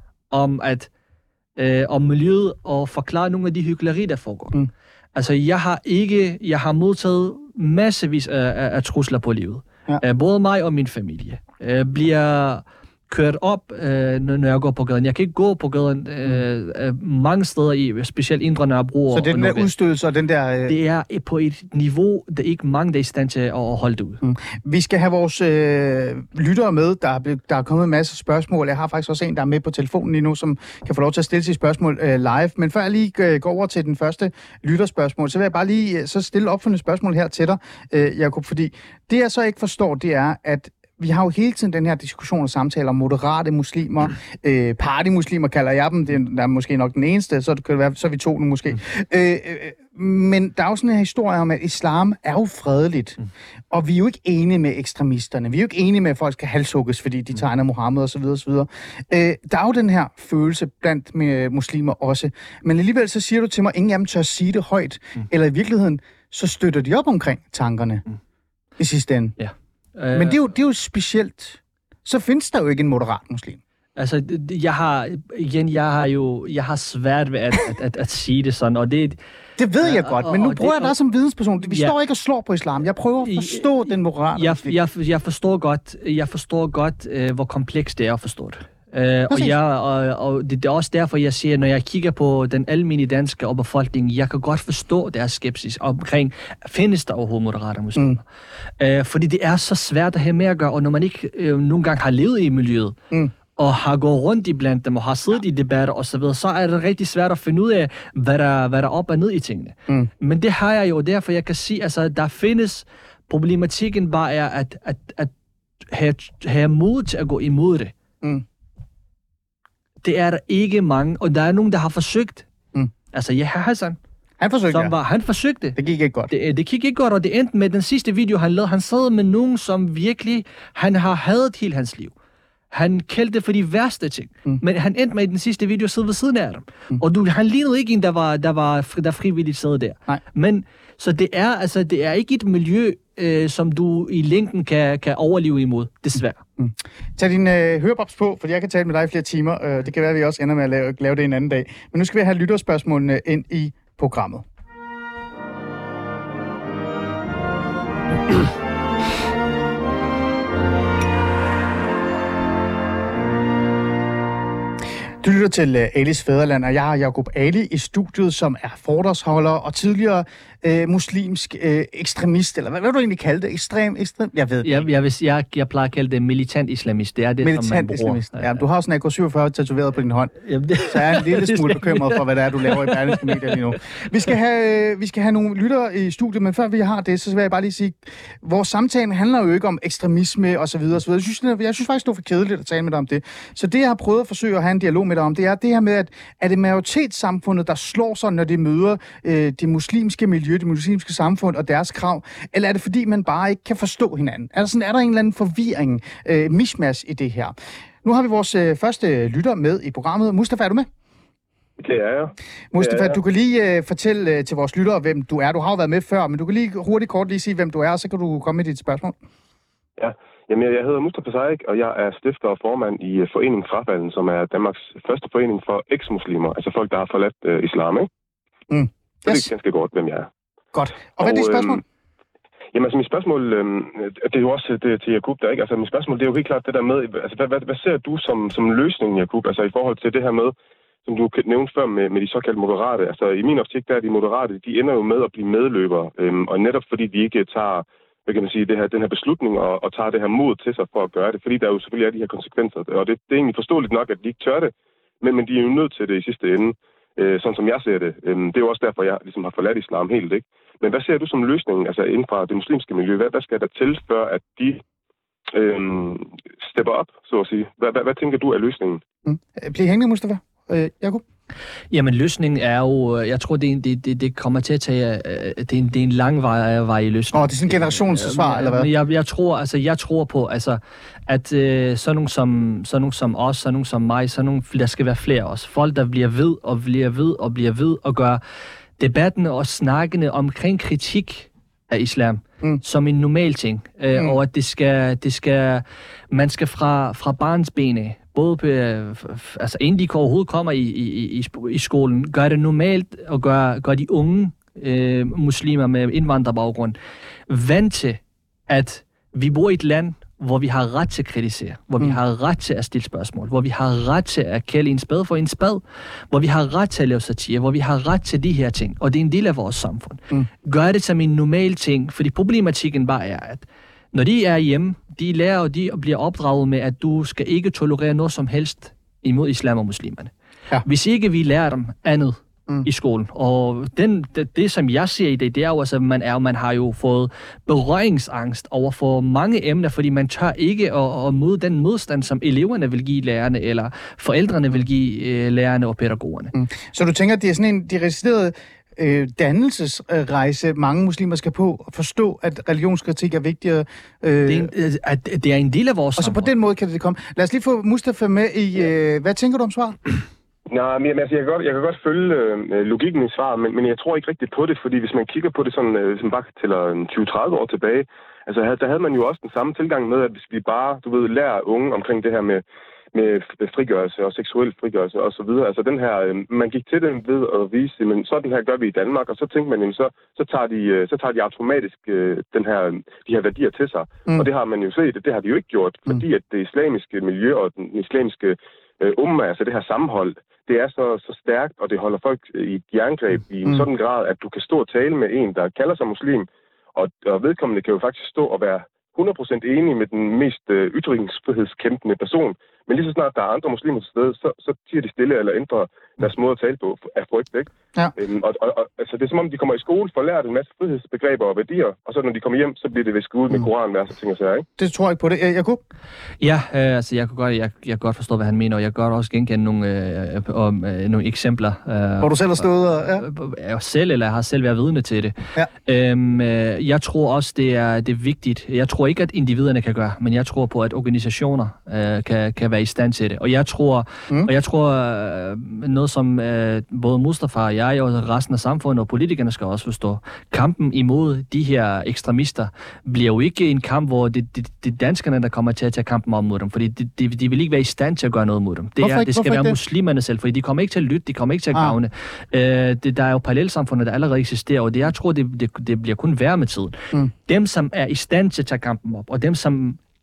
om at øh, om miljøet og forklare nogle af de hykleri, der foregår. Mm. Altså, jeg har ikke, jeg har modtaget massevis af, af, af trusler på livet. Ja. Uh, både mig og min familie uh, bliver kørt op, øh, når jeg går på gaden. Jeg kan ikke gå på gaden øh, øh, mange steder, i specielt Indre Nørrebro. Så det er den der udstødelse og den der... Øh... Det er på et niveau, der ikke mange der er i stand til at holde det ud. Mm. Vi skal have vores øh, lyttere med. Der er, der er kommet en masse spørgsmål. Jeg har faktisk også en, der er med på telefonen lige nu, som kan få lov til at stille sit spørgsmål øh, live. Men før jeg lige øh, går over til den første lytterspørgsmål, så vil jeg bare lige øh, så stille opfølgende spørgsmål her til dig, øh, Jakob. Fordi det, jeg så ikke forstår, det er, at vi har jo hele tiden den her diskussion og samtaler om moderate muslimer, øh, partymuslimer kalder jeg dem, det er måske nok den eneste, så det kan være, så er vi to nu måske. Mm. Øh, øh, men der er jo sådan en historie om, at islam er jo fredeligt, mm. og vi er jo ikke enige med ekstremisterne, vi er jo ikke enige med, at folk skal halshugges, fordi de tegner Mohammed og så videre og så videre. Øh, der er jo den her følelse blandt med muslimer også, men alligevel så siger du til mig, at ingen af dem tør sige det højt, mm. eller i virkeligheden, så støtter de op omkring tankerne mm. i sidste ende. Ja. Men det er, jo, det er jo specielt. Så findes der jo ikke en moderat muslim. Altså, jeg har, igen, jeg har jo, jeg har svært ved at, at, at, at sige det sådan, og det... Det ved jeg godt, men nu bruger jeg dig som vidensperson. Vi ja, står ikke og slår på islam. Jeg prøver at forstå den moderate jeg, jeg, jeg forstår godt, jeg forstår godt øh, hvor komplekst det er at forstå det. Uh, og, jeg, og, og det er også derfor, jeg siger, når jeg kigger på den almindelige danske og befolkning, jeg kan godt forstå deres skepsis omkring, findes der overhovedet moderate muslimer? Mm. Uh, fordi det er så svært at have med at gøre, og når man ikke uh, nogle gange har levet i miljøet, mm. og har gået rundt iblandt dem, og har siddet ja. i debatter osv., så, så er det rigtig svært at finde ud af, hvad der, hvad der er op og ned i tingene. Mm. Men det har jeg jo, derfor jeg kan sige, altså, der findes, problematikken bare er, at, at, at have, have mod til at gå imod det. Mm. Det er der ikke mange, og der er nogen, der har forsøgt. Mm. Altså, ja, Hassan. Han forsøgte, som var, Han forsøgte. Det gik ikke godt. Det, det gik ikke godt, og det endte med den sidste video, han lavede. Han sad med nogen, som virkelig, han har hadet hele hans liv. Han kaldte det for de værste ting. Mm. Men han endte med i den sidste video at sidde ved siden af dem. Mm. Og du, han lignede ikke en, der var, der var der frivilligt sad der. Nej. Men, så det er, altså, det er ikke et miljø, øh, som du i længden kan, kan overleve imod, desværre. Mm. Tag din øh, hørebobs på, for jeg kan tale med dig i flere timer. Øh, det kan være, at vi også ender med at lave, lave det en anden dag. Men nu skal vi have lytterspørgsmålene ind i programmet. Du lytter til uh, Alis Fædreland, og jeg har Jacob Ali i studiet, som er foredragsholder og tidligere uh, muslimsk uh, ekstremist, eller hvad, hvad vil du egentlig kalde det? Ekstrem, ekstrem? Jeg ved det jeg, jeg, vil, jeg, jeg plejer at kalde det militant islamist. Det er det, militant som man bruger. Islamist. Ja, du har sådan en A K syvogfyrre tatoveret på din hånd, Jamen, det... så jeg er en lille smule bekymret for, hvad det er, du laver i Berlingske Medier lige nu. Vi skal have, vi skal have nogle lyttere i studiet, men før vi har det, så vil jeg bare lige sige, vores samtale handler jo ikke om ekstremisme og så videre, og så videre. Jeg synes, jeg synes faktisk, det er for kedeligt at tale med dig om det. Så det, jeg har prøvet at forsøge at have en dialog med dig om, det er det her med, at er det majoritetssamfundet, der slår sig, når det møder øh, det muslimske miljø, det muslimske samfund og deres krav, eller er det fordi, man bare ikke kan forstå hinanden? Er der, sådan, er der en eller anden forvirring, øh, mishmash i det her? Nu har vi vores øh, første lytter med i programmet. Mustafa, er du med? Det er jeg. Mustafa, er jeg. du kan lige øh, fortælle øh, til vores lyttere, hvem du er. Du har jo været med før, men du kan lige hurtigt kort lige sige, hvem du er, og så kan du komme med dit spørgsmål. Ja, jamen jeg hedder Mustafa Saik, og jeg er stifter og formand i Foreningen Frafalden, som er Danmarks første forening for eksmuslimer, altså folk, der har forladt øh, islam, ikke? Mm. Så Yes. det er ganske godt, hvem jeg er. Godt. Og hvad er dit spørgsmål? Øhm, jamen altså mit spørgsmål, øhm, det er jo også det, til Jacob der, ikke? Altså mit spørgsmål, det er jo helt klart det der med, altså hvad, hvad, hvad ser du som, som løsning, Jacob, altså i forhold til det her med, som du nævnte før med, med de såkaldte moderate, altså i min optik, der er de moderate, de ender jo med at blive medløbere, øhm, og netop fordi de ikke tager, hvad kan man sige, det her, den her beslutning og, og tager det her mod til sig for at gøre det, fordi der jo selvfølgelig er de her konsekvenser, og det, det er egentlig forståeligt nok, at de ikke tør det, men, men de er jo nødt til det i sidste ende, øh, sådan som jeg ser det. Øhm, det er jo også derfor, jeg ligesom har forladt islam helt, ikke? Men hvad ser du som løsning, altså inden fra det muslimske miljø? Hvad, hvad skal der til, før at de øhm, stepper op, så at sige? Hvad, hvad, hvad tænker du er løsningen? Mm. Bliv hængende, Mustafa. Øh, Jacob? Jamen, løsningen er jo, jeg tror, det, det, det, det kommer til at tage, det er en, det er en lang vej, vej i løsningen. Åh, oh, det er sådan en generationssvar, eller hvad? Jeg, jeg, tror, altså, jeg tror på, altså, at øh, sådan nogle som, sådan nogle som os, sådan nogle som mig, sådan nogle, der skal være flere også. Folk, der bliver ved og bliver ved og bliver ved og gør debatten og snakkene omkring kritik af islam mm. som en normal ting. Øh, mm. Og at det skal, det skal, man skal fra, fra barnsbene, både på, altså inden de overhovedet kommer i, i, i, i skolen, gør det normalt og gør, gør de unge øh, muslimer med indvandrerbaggrund vant til, at vi bor i et land, hvor vi har ret til at kritisere, hvor mm. vi har ret til at stille spørgsmål, hvor vi har ret til at kalde en spade for en spade, hvor vi har ret til at lave satire, hvor vi har ret til de her ting, og det er en del af vores samfund. Mm. Gør det som en normal ting, fordi problematikken bare er, at når de er hjemme, de lærer og de bliver opdraget med, at du skal ikke tolerere noget som helst imod islam og muslimerne. Ja. Hvis ikke vi lærer dem andet mm. i skolen, og den, det, det, som jeg ser i det, det er jo, altså, man, er, man har jo fået berøringsangst over for mange emner, fordi man tør ikke at, at møde den modstand, som eleverne vil give lærerne, eller forældrene vil give øh, lærerne og pædagogerne. Mm. Så du tænker, at det er sådan en decideret øh, dannelsesrejse, mange muslimer skal på, at forstå, at religionskritik er vigtigere. Øh, det, er en, at det er en del af vores og samfund. Så på den måde kan det komme. Lad os lige få Mustafa med i, øh, hvad tænker du om svaret? Nej, men altså, jeg, kan godt, jeg kan godt følge øh, logikken i svaret, men, men jeg tror ikke rigtigt på det, fordi hvis man kigger på det sådan, øh, som bare tæller tyve til tredive år tilbage, altså der havde man jo også den samme tilgang med, at hvis vi bare, du ved, lærer unge omkring det her med, med frigørelse og seksuel frigørelse og så videre, altså den her, øh, man gik til dem ved at vise, men sådan her gør vi i Danmark, og så tænkte man, jamen, så, så, tager de, øh, så tager de automatisk øh, den her, de her værdier til sig, mm. og det har man jo set, det har de jo ikke gjort, mm. fordi at det islamiske miljø og den islamiske øh, umma, altså det her sammenhold, det er så, så stærkt, og det holder folk i et jerngreb i en mm. sådan grad, at du kan stå og tale med en, der kalder sig muslim, og, og vedkommende kan jo faktisk stå og være hundrede procent enig med den mest øh, ytringsfrihedskæmpende person. Men lige så snart der er andre muslimer til stede, så, så tiger de stille eller ændrer deres måde at tale på af frygt, ikke? Ja. Øhm, og, og, og, altså, det er som om, de kommer i skole, får lært en masse frihedsbegreber og værdier, og så når de kommer hjem, så bliver det visket ud med koranvers og ting og sager, ikke? Det tror jeg ikke på det. Jacob? Ja, øh, altså jeg kan, godt, jeg, jeg kan godt forstå, hvad han mener, og jeg kan godt også genkende nogle, øh, om, øh, nogle eksempler. Øh, Hvor du selv har stået og... Ja. Jeg selv, eller jeg har selv været vidne til det. Ja. Øhm, øh, jeg tror også, det er, det er vigtigt. Jeg tror ikke, at individerne kan gøre, men jeg tror på, at organisationer øh, kan, kan være i stand til det. Og jeg tror, mm. og jeg tror øh, noget som øh, både Mustafa og jeg og resten af samfundet og politikerne skal også forstå. Kampen imod de her ekstremister bliver jo ikke en kamp, hvor det, det, det er danskerne, der kommer til at tage kampen om mod dem, fordi de, de, de vil ikke være i stand til at gøre noget mod dem. Det, er, det skal være det? muslimerne selv, fordi de kommer ikke til at lytte, de kommer ikke til at ah. gavne. Øh, det, der er jo parallelsamfundet, der allerede eksisterer, og det, jeg tror, det, det, det bliver kun værre med tiden. Mm. Dem, som er i stand til at tage kampen op, og dem, som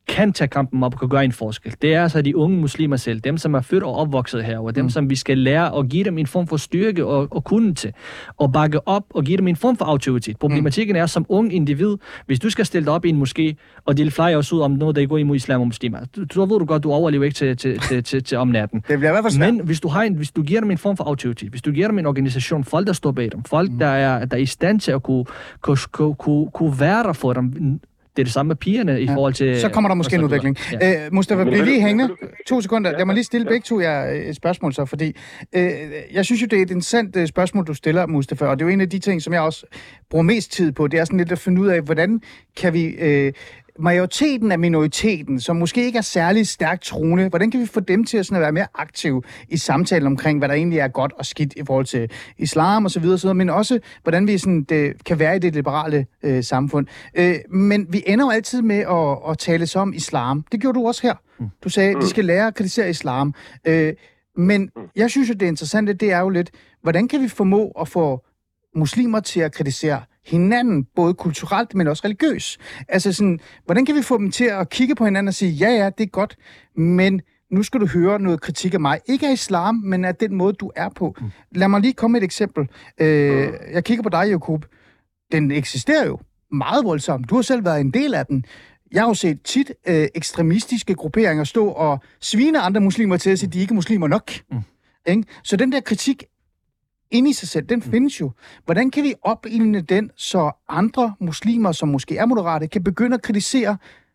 kan tage kampen op og kan gøre en forskel. Det er altså de unge muslimer selv, dem som er født og opvokset her, og dem mm. som vi skal lære og give dem en form for styrke og, og kunne til, og bakke op og give dem en form for autoritet. Problematikken er, som ung individ, hvis du skal stille dig op i en moské, og dele flyers ud om noget, der går imod islam og muslimer, så ved du godt, du overlever ikke til, til, til, til, til om natten. Det bliver i hvert fald svært. Men hvis du, har en, hvis du giver dem en form for autoritet, hvis du giver dem en organisation, folk der står bag dem, folk mm. der, er, der er i stand til at kunne, kunne, kunne, kunne, kunne være der for dem. Det er det samme med pigerne i ja. forhold til... Så kommer der måske en udvikling. Ja. Øh, Mustafa, bliv lige hængende. To sekunder. Lad mig lige stille begge to jer et spørgsmål så, fordi øh, jeg synes jo, det er et interessant uh, spørgsmål, du stiller, Mustafa, og det er jo en af de ting, som jeg også bruger mest tid på. Det er sådan lidt at finde ud af, hvordan kan vi... Øh, majoriteten af minoriteten, som måske ikke er særlig stærkt troende, hvordan kan vi få dem til at, sådan at være mere aktive i samtalen omkring, hvad der egentlig er godt og skidt i forhold til islam og så videre, så videre, men også, hvordan vi sådan, det kan være i det liberale øh, samfund. Øh, men vi ender jo altid med at, at tale så om islam. Det gjorde du også her. Du sagde, at de skal lære at kritisere islam. Øh, men jeg synes jo, det interessante, det er jo lidt, hvordan kan vi formå at få muslimer til at kritisere hinanden, både kulturelt, men også religiøst. Altså sådan, hvordan kan vi få dem til at kigge på hinanden og sige, ja, ja, det er godt, men nu skal du høre noget kritik af mig. Ikke af islam, men af den måde, du er på. Mm. Lad mig lige komme med et eksempel. Øh, jeg kigger på dig, Jakub. Den eksisterer jo meget voldsomt. Du har selv været en del af den. Jeg har jo set tit øh, ekstremistiske grupperinger stå og svine andre muslimer til at sige, at de ikke er muslimer nok. Mm. Ikke? Så den der kritik inde i sig selv, den findes jo. Hvordan kan vi opildne den, så andre muslimer, som måske er moderate, kan begynde at kritisere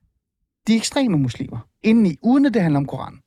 de ekstreme muslimer indeni, uden at det handler om Koranen?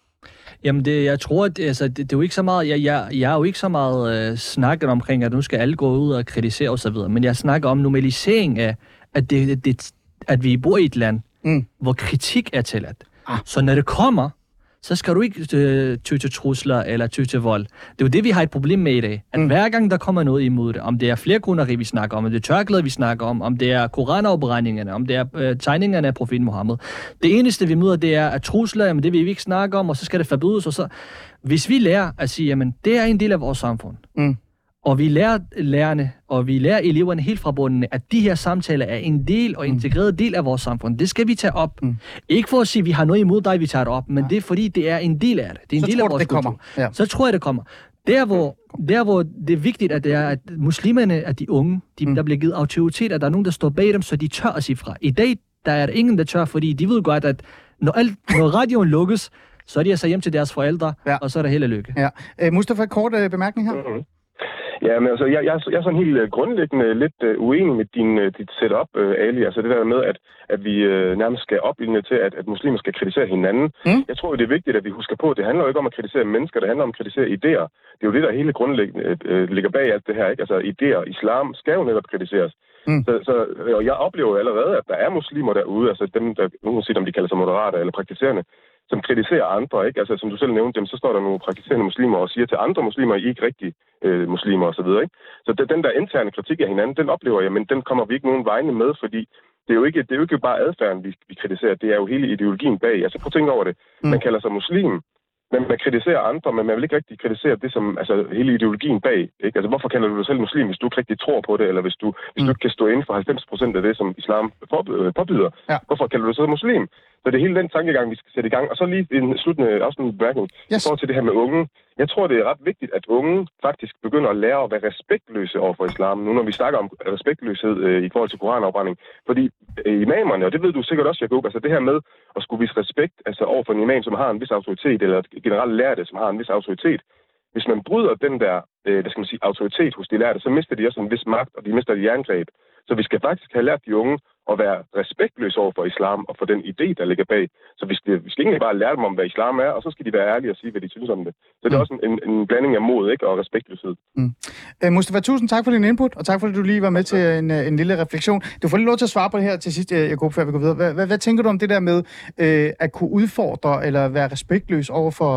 Jamen, det, jeg tror, at altså, det, det er jo ikke så meget, jeg, jeg, jeg er jo ikke så meget øh, snakket omkring, at nu skal alle gå ud og kritisere osv., men jeg snakker om normalisering af, at, det, det, at vi bor i et land, mm. hvor kritik er tilladt. Ah. Så når det kommer, så skal du ikke øh, ty til trusler eller ty til vold. Det er jo det, vi har et problem med i dag. At mm. hver gang der kommer noget imod det, om det er flerkoneri, vi snakker om, om det er tørklæder, vi snakker om, om det er koranafbrændingerne, om det er øh, tegningerne af profeten Muhammed. Det eneste, vi møder, det er, at trusler, jamen, det vil vi ikke snakke om, og så skal det forbydes. Og så, hvis vi lærer at sige, jamen, det er en del af vores samfund, mm. og vi lærer lærerne, og vi lærer eleverne helt fra bunden, at de her samtaler er en del og integreret del af vores samfund. Det skal vi tage op. Mm. Ikke for at sige, at vi har noget imod dig, vi tager det op, men ja. det er fordi, det er en del af det. Det er en så del tror af vores det kommer. Ja. Så tror jeg, det kommer. Der hvor, der, hvor det er vigtigt, at det er, at muslimerne, at de unge, de, mm. der bliver givet autoritet, at der er nogen, der står bag dem, så de tør at sige fra. I dag, der er der ingen, der tør, fordi de ved godt, at når, alt, når radioen lukkes, så er de altså hjem til deres forældre, ja. og så er der held og lykke. Ja. Uh, Mustafa, kort uh, bemærkning her. Mm-hmm. Ja, men altså, jeg, jeg, jeg er sådan helt uh, grundlæggende lidt uh, uenig med din, uh, dit setup, uh, Ali. Altså det der med, at, at vi uh, nærmest skal opildne til, at, at muslimer skal kritisere hinanden. Mm. Jeg tror, det er vigtigt, at vi husker på, at det handler jo ikke om at kritisere mennesker, det handler om at kritisere idéer. Det er jo det, der hele grundlæggende uh, ligger bag alt det her, ikke? Altså idéer, islam skal jo netop kritiseres. Mm. Så, så og jeg oplever jo allerede, at der er muslimer derude, altså dem, der, uanset om de kalder sig moderate eller praktiserende, som kritiserer andre, ikke? Altså, som du selv nævnte dem, så står der nogle praktiserende muslimer og siger til andre muslimer, I er ikke rigtige øh, muslimer osv., ikke? Så det, den der interne kritik af hinanden, den oplever jeg, men den kommer vi ikke nogen vegne med, fordi det er jo ikke, det er jo ikke bare adfærden, vi, vi kritiserer, det er jo hele ideologien bag. Altså, prøv at tænke over det. Mm. Man kalder sig muslim, men man kritiserer andre, men man vil ikke rigtig kritisere det som, altså, hele ideologien bag, ikke? Altså, hvorfor kalder du dig selv muslim, hvis du ikke rigtig tror på det, eller hvis du, hvis mm. du ikke kan stå inden for halvfems procent af det, som islam påbyder? Ja. Hvorfor kalder du dig så muslim? Så det er hele den tankegang, vi skal sætte i gang. Og så lige en sluttende afsluttende bemærkning yes. i forhold til det her med unge. Jeg tror, det er ret vigtigt, at unge faktisk begynder at lære at være respektløse over for islam. Nu når vi snakker om respektløshed øh, i forhold til koranafbrænding. Fordi øh, imamerne, og det ved du sikkert også, Jacob, altså det her med at skulle vise respekt altså over for en imam, som har en vis autoritet, eller generelt lærte, som har en vis autoritet. Hvis man bryder den der øh, hvad skal man sige, autoritet hos de lærte, så mister de også en vis magt, og de mister et jerngreb. Så vi skal faktisk have lært de unge at være respektløse over for islam og for den idé, der ligger bag. Så vi skal, vi skal ikke bare lære dem om, hvad islam er, og så skal de være ærlige og sige, hvad de synes om det. Så det er mm. også en, en blanding af mod, ikke, og respektløshed. Mm. Uh, Mustafa, tusind tak for din input, og tak for, at du lige var med til en, en lille refleksion. Du får lige lov til at svare på det her til sidst, Jacob, før vi går videre. Hvad, hvad, hvad tænker du om det der med uh, at kunne udfordre eller være respektløs over for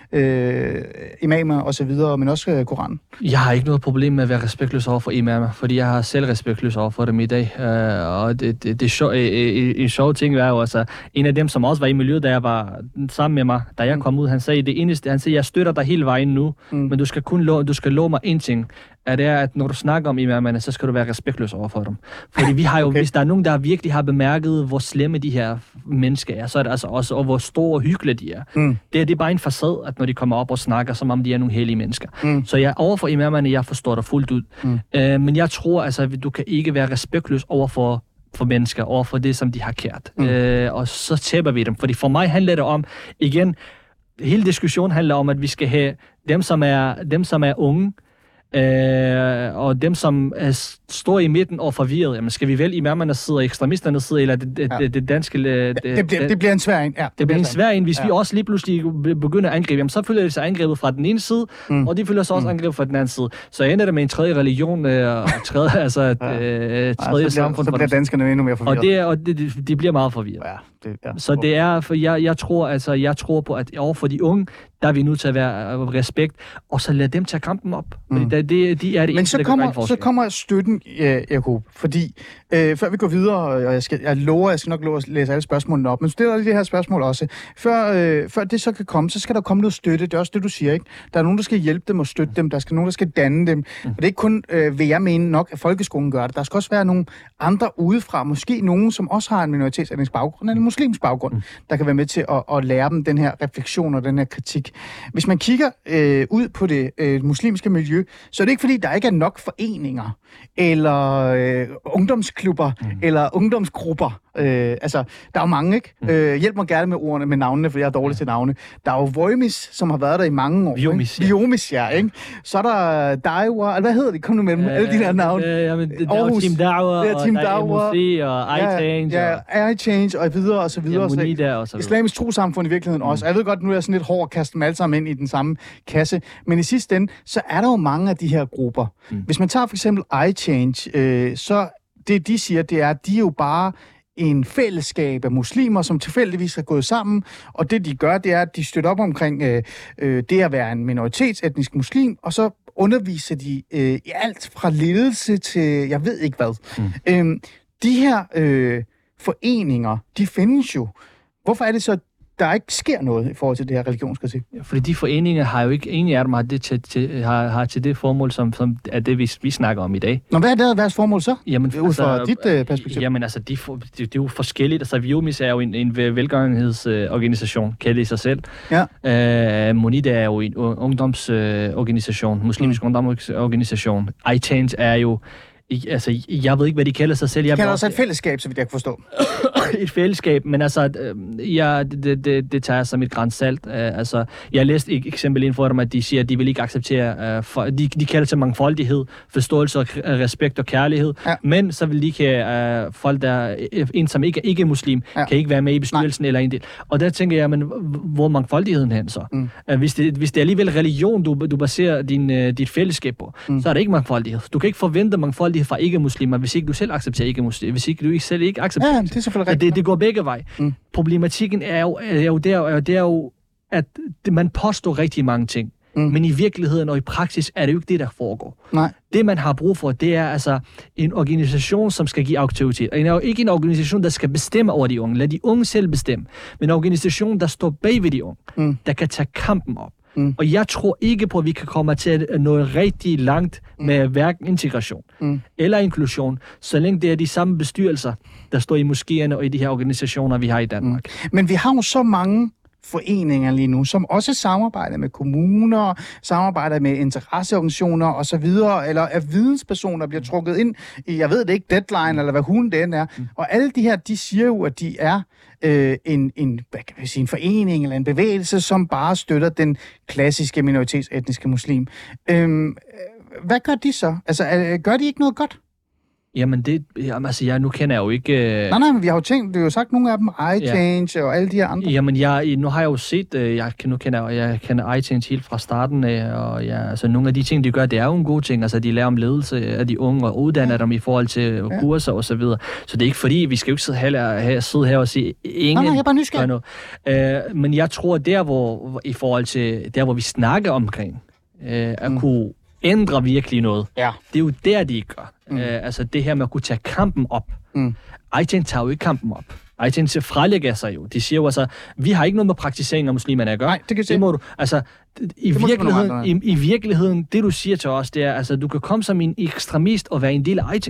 uh, imamer og så videre, men også uh, Koranen? Jeg har ikke noget problem med at være respektløs over for imamer, fordi jeg har selv respektløs over for dem i dag. Uh, og det, det, det sjov, en sjov ting var jo, altså, en af dem, som også var i miljøet, da jeg var sammen med mig, da jeg kom ud, han sagde det eneste, han sagde, jeg støtter dig hele vejen nu, mm. men du skal kun love, du skal love mig en ting, at det er, at når du snakker om imamerne, så skal du være respektløs over for dem. Fordi vi har jo, okay. hvis der er nogen, der virkelig har bemærket, hvor slemme de her mennesker er, så er det altså også, og hvor store og hyggelige de er. Mm. Det, er det er bare en facade, at når de kommer op og snakker, som om de er nogle hellige mennesker. Mm. Så jeg overfor imamerne, jeg forstår dig fuldt ud. Mm. Øh, men jeg tror, altså, at du kan ikke være respektløs over for for mennesker, over for det, som de har kært. Mm. Øh, og så tæber vi dem. Fordi for mig handler det om, igen, hele diskussionen handler om, at vi skal have dem, som er, dem, som er unge, Øh, og dem, som er, står i midten og forvirret, jamen skal vi vælge imamerne sidder, ekstremisterne sidder, eller det, det, ja. det, det danske... Det, det, bliver, det bliver en svær en. Ja, det, det bliver en svær en, hvis ja. vi også lige pludselig begynder at angribe. Jamen så følger det sig angrebet fra den ene side, mm. og de følger sig også mm. angrebet fra den anden side. Så ender det med en tredje religion, øh, og tredje, altså et ja. øh, tredje ja, så samfund. Så bliver danskerne endnu mere forvirret. Og, det, og det, de bliver meget forvirret. Ja, det, ja. Så det er, for jeg, jeg, tror, altså, jeg tror på, at overfor de unge, der er vi nødt til at være respekt, og så lad dem tage kampen op. Mm. Fordi det, de, de er det Men eneste, så, kommer, så kommer støtten, Jacob, fordi øh, før vi går videre, og jeg, skal, jeg lover, jeg skal nok love at læse alle spørgsmålene op, men stiller lige det her spørgsmål også. Før, øh, før det så kan komme, så skal der komme noget støtte. Det er også det, du siger, ikke? Der er nogen, der skal hjælpe dem og støtte dem. Der skal nogen, der skal danne dem. Mm. Og det er ikke kun, øh, vil jeg mene nok, at folkeskolen gør det. Der skal også være nogle andre udefra. Måske nogen, som også har en minoritetsetnisk baggrund, eller en muslimsk baggrund, mm. der kan være med til at, at lære dem den her refleksion og den her kritik. Hvis man kigger øh, ud på det øh, muslimske miljø, så er det ikke fordi, der ikke er nok foreninger, eller øh, ungdomsklubber, mm. eller ungdomsgrupper. Øh, altså, der er jo mange, ikke? Mm. Øh, hjælp mig gerne med ordene, med navnene, for jeg er dårlig ja. til navne. Der er jo Voimis, som har været der i mange år. Viomis, ja. Viomis, ja, ikke? Så er der Daiwa, hvad hedder det? Kom nu med dem, øh, alle de der navne. Øh, jamen, det, der er jo Team Daiwa, det er Team og der er M O C, og iChange. Ja, ja, iChange, og videre, og så videre. Ja, Monida, og så videre. Islamisk trosamfund i virkeligheden mm. også. Jeg ved godt, nu er jeg sådan lidt hård at kaste dem alle sammen ind i den samme kasse, men i sidste ende, så er der jo mange af de her grupper. Mm. Hvis man tager for eksempel iChange, øh, så det de siger, det er, at de er jo bare en fællesskab af muslimer, som tilfældigvis er gået sammen, og det de gør, det er, at de støtter op omkring øh, øh, det at være en minoritetsetnisk muslim, og så underviser de øh, i alt fra ledelse til, jeg ved ikke hvad. Mm. Øhm, de her øh, foreninger, de findes jo. Hvorfor er det så, der ikke sker noget i forhold til det her religionskritik? Ja, fordi de foreninger har jo ikke, ingen af dem har, det til, til, har, har til det formål, som, som er det, vi, vi snakker om i dag. Nå, hvad er det, deres formål så? Jamen, ud fra altså, dit uh, perspektiv? Jamen, altså, de, de, det er jo forskelligt. Altså, Viomis er jo en, en velgørenhedsorganisation, kalder i sig selv. Ja. Uh, Monida er jo en ungdomsorganisation, uh, muslimsk mm. ungdomsorganisation. iChange er jo altså, jeg ved ikke, hvad de kalder sig selv. De jeg kalder også et fællesskab, så vidt jeg kan forstå. Et fællesskab, men altså, ja, det, det, det tager jeg som et grænsalt. Altså, jeg læste et eksempel inden for dem, at de siger, at de vil ikke acceptere, uh, for, de, de kalder til mangfoldighed, forståelse og respekt og kærlighed, ja. Men så vil de ikke, uh, folk, der en som ikke er ikke muslim, ja. Kan ikke være med i bestyrelsen Nej. Eller en del. Og der tænker jeg, men hvor er mangfoldigheden hen så? Mm. Uh, hvis, det, hvis det er alligevel religion, du, du baserer din, uh, dit fællesskab på, mm. så er det ikke mangfoldighed. Du kan ikke forvente mangfoldighed fra ikke-muslimer, hvis ikke du selv accepterer ikke-muslimer, hvis ikke du ikke selv ikke accepterer. Ja, det er selvfølgelig rigtigt. Det, det går begge veje. Mm. Problematikken er jo, er jo der, er jo der jo, at man påstår rigtig mange ting, mm. men i virkeligheden og i praksis er det jo ikke det, der foregår. Nej. Det, man har brug for, det er altså en organisation, som skal give autoritet. Og ikke en organisation, der skal bestemme over de unge. Lad de unge selv bestemme. Men en organisation, der står bag ved de unge, mm. der kan tage kampen op. Mm. Og jeg tror ikke på, at vi kan komme til at nå rigtig langt med hverken integration mm. eller inklusion, så længe det er de samme bestyrelser, der står i moskéerne og i de her organisationer, vi har i Danmark. Mm. Men vi har jo så mange foreninger lige nu, som også samarbejder med kommuner, samarbejder med interesseorganisationer osv., eller at videnspersoner bliver trukket ind i, jeg ved det ikke, Deadline, eller hvad hun den er. Mm. Og alle de her, de siger jo, at de er øh, en, en, hvad kan vi sige, en forening eller en bevægelse, som bare støtter den klassiske minoritetsetniske muslim. Øhm, hvad gør de så? Altså, gør de ikke noget godt? Jamen, det, jamen, altså, jeg, nu kender jeg jo ikke... Øh... Nej, nej, men vi har jo tænkt, det er jo sagt nogle af dem, iChange ja. Og alle de her andre. Jamen, jeg, nu har jeg jo set, øh, jeg, nu kender jeg kender iChange helt fra starten af, og ja, altså, nogle af de ting, de gør, det er jo en god ting. Altså, de lærer om ledelse af de unge og uddanner ja. Dem i forhold til ja. Kurser og så videre. Så det er ikke fordi, vi skal jo ikke sidde her, her, sidde her og sige, ingen... Nej, nej, jeg er bare nysgerrig. Øh, men jeg tror, der hvor, i forhold til, der hvor vi snakker omkring, øh, at mm. kunne ændre virkelig noget, ja. Det er jo der, de gør. Mm. Uh, altså det her med at kunne tage kampen op. Mm. Aitin tager jo ikke kampen op. Aitin fralægger sig jo. De siger jo altså, vi har ikke noget med praktisering af muslimerne at gøre. Nej, det kan det må du. Altså, i det virkeligheden, i, i virkeligheden, det du siger til os, det er, altså, du kan komme som en ekstremist og være en del af Aitin.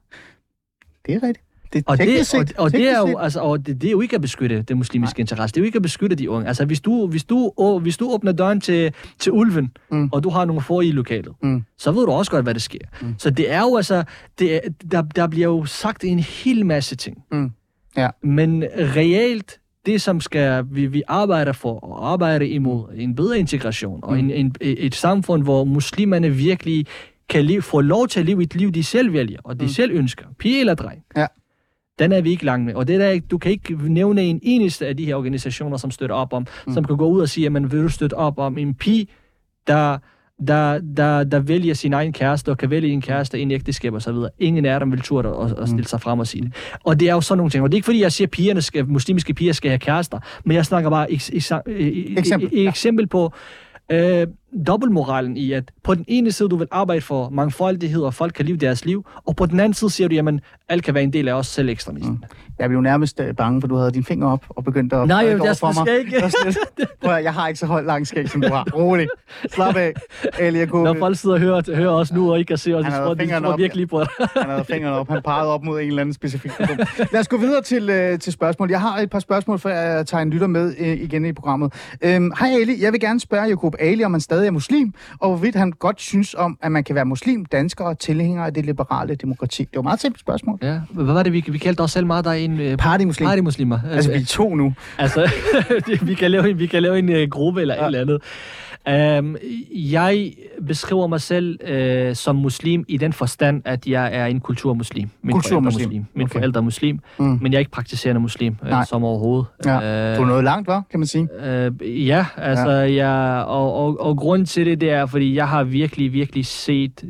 Det er rigtigt. Det og, det, set, og, og det er jo altså, og det, det er jo ikke at beskytte det muslimske interesse. Det er jo ikke at beskytte de unge. Altså hvis du hvis du å, hvis du åbner døren til til ulven, mm. og du har nogle få i lokalet, mm. så ved du også godt hvad der sker. Mm. Så det er jo altså det der der bliver jo sagt en hel masse ting. Mm. Ja. Men reelt det som skal vi vi arbejder for og arbejde imod en bedre integration og mm. en, en et samfund hvor muslimerne virkelig kan leve, få lov til at leve et liv de selv vælger og de mm. selv ønsker, pige eller dreng. Ja. Den er vi ikke langt med. Og det der, du kan ikke nævne en eneste af de her organisationer, som støtter op om, mm. som kan gå ud og sige, at man vil støtte op om en pige, der, der, der, der vælger sin egen kæreste, og kan vælge en kæreste, en ægteskab og så videre. Ingen af dem vil turde at, at stille sig frem og sige det. Og det er jo sådan nogle ting. Og det er ikke fordi, jeg siger, at pigerne skal, muslimske piger skal have kærester, men jeg snakker bare et eksempel, eksempel på øh, dobbeltmoralen i, at på den ene side, du vil arbejde for mangfoldighed, og folk kan leve deres liv, og på den anden side siger du, jamen, alle kan være en del af os selv ekstremisten. Mm. Jeg blev nærmest bange, for du havde dine fingre op og begyndte at Nej, jo, det skal ikke. Prøv at, jeg har ikke så højt langt skæg, som du har. Rolig. Slap af. Ali Yacoub. Når folk sidder og hører, hører os nu, og ikke kan se os, de tror, de tror virkelig på det. Han havde fingrene op. Han pegede op mod en eller anden specifik person. Lad os gå videre til, uh, til spørgsmål. Jeg har et par spørgsmål, for at tage en lytter med uh, igen i programmet. Øhm, hej Ali, jeg vil gerne spørge Yacoub Ali, om han stadig er muslim, og hvorvidt han godt synes om, at man kan være muslim, dansker og tilhænger af det liberale demokrati. Det var et meget simpelt spørgsmål. Ja, hvad var det, vi, vi kaldte os selv meget, der er en... Uh, Partymuslim. Partymuslimer. Altså, vi er to nu. Altså, vi kan lave, vi kan lave en uh, gruppe eller ja. et eller andet. Um, jeg beskriver mig selv uh, som muslim i den forstand, at jeg er en kulturmuslim. Min kulturmuslim. Muslim. Min okay. forældre er muslim, mm. men jeg er ikke praktiserende muslim, uh, som overhovedet. Ja. Uh, du er noget langt, hva', kan man sige? Uh, ja, altså, ja. Jeg, og, og, og grunden til det, det er, fordi jeg har virkelig, virkelig set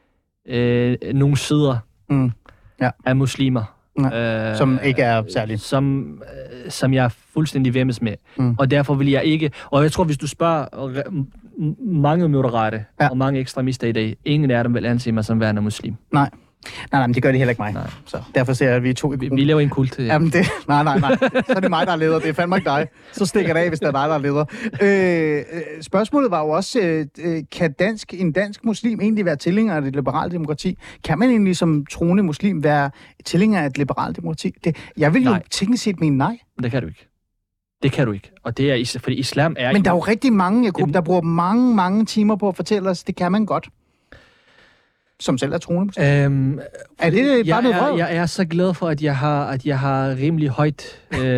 uh, nogle sider mm. ja. af muslimer. Ja, øh, som ikke er særlig. Som, øh, som jeg er fuldstændig væmmes med. Mm. Og derfor vil jeg ikke... Og jeg tror, hvis du spørger mange moderate ja. og mange ekstremister i dag, ingen af dem vil anse mig som værende muslim. Nej. Nej, nej, men det gør det heller ikke mig. Nej. Så derfor ser jeg, at vi er to i vi, vi laver en kult. Ja. Jamen det... Nej, nej, nej. Så er det mig, der er leder. Det er fandme ikke dig. Så stikker det af, hvis det er dig, der er leder. Øh, spørgsmålet var jo også, øh, kan dansk, en dansk muslim egentlig være tilhænger af det liberale demokrati? Kan man egentlig som troende muslim være tilhænger af et liberalt demokrati? Det, jeg vil jo tænke set mene nej. Det kan du ikke. Det kan du ikke. Og det er, fordi islam er... Men der er jo rigtig mange, Yacoub, der bruger mange, mange timer på at fortælle os, det kan man godt. Som selv er troende muslim. Øhm, er det bare noget vrøvl? Jeg er så glad for, at jeg har, at jeg har rimelig højt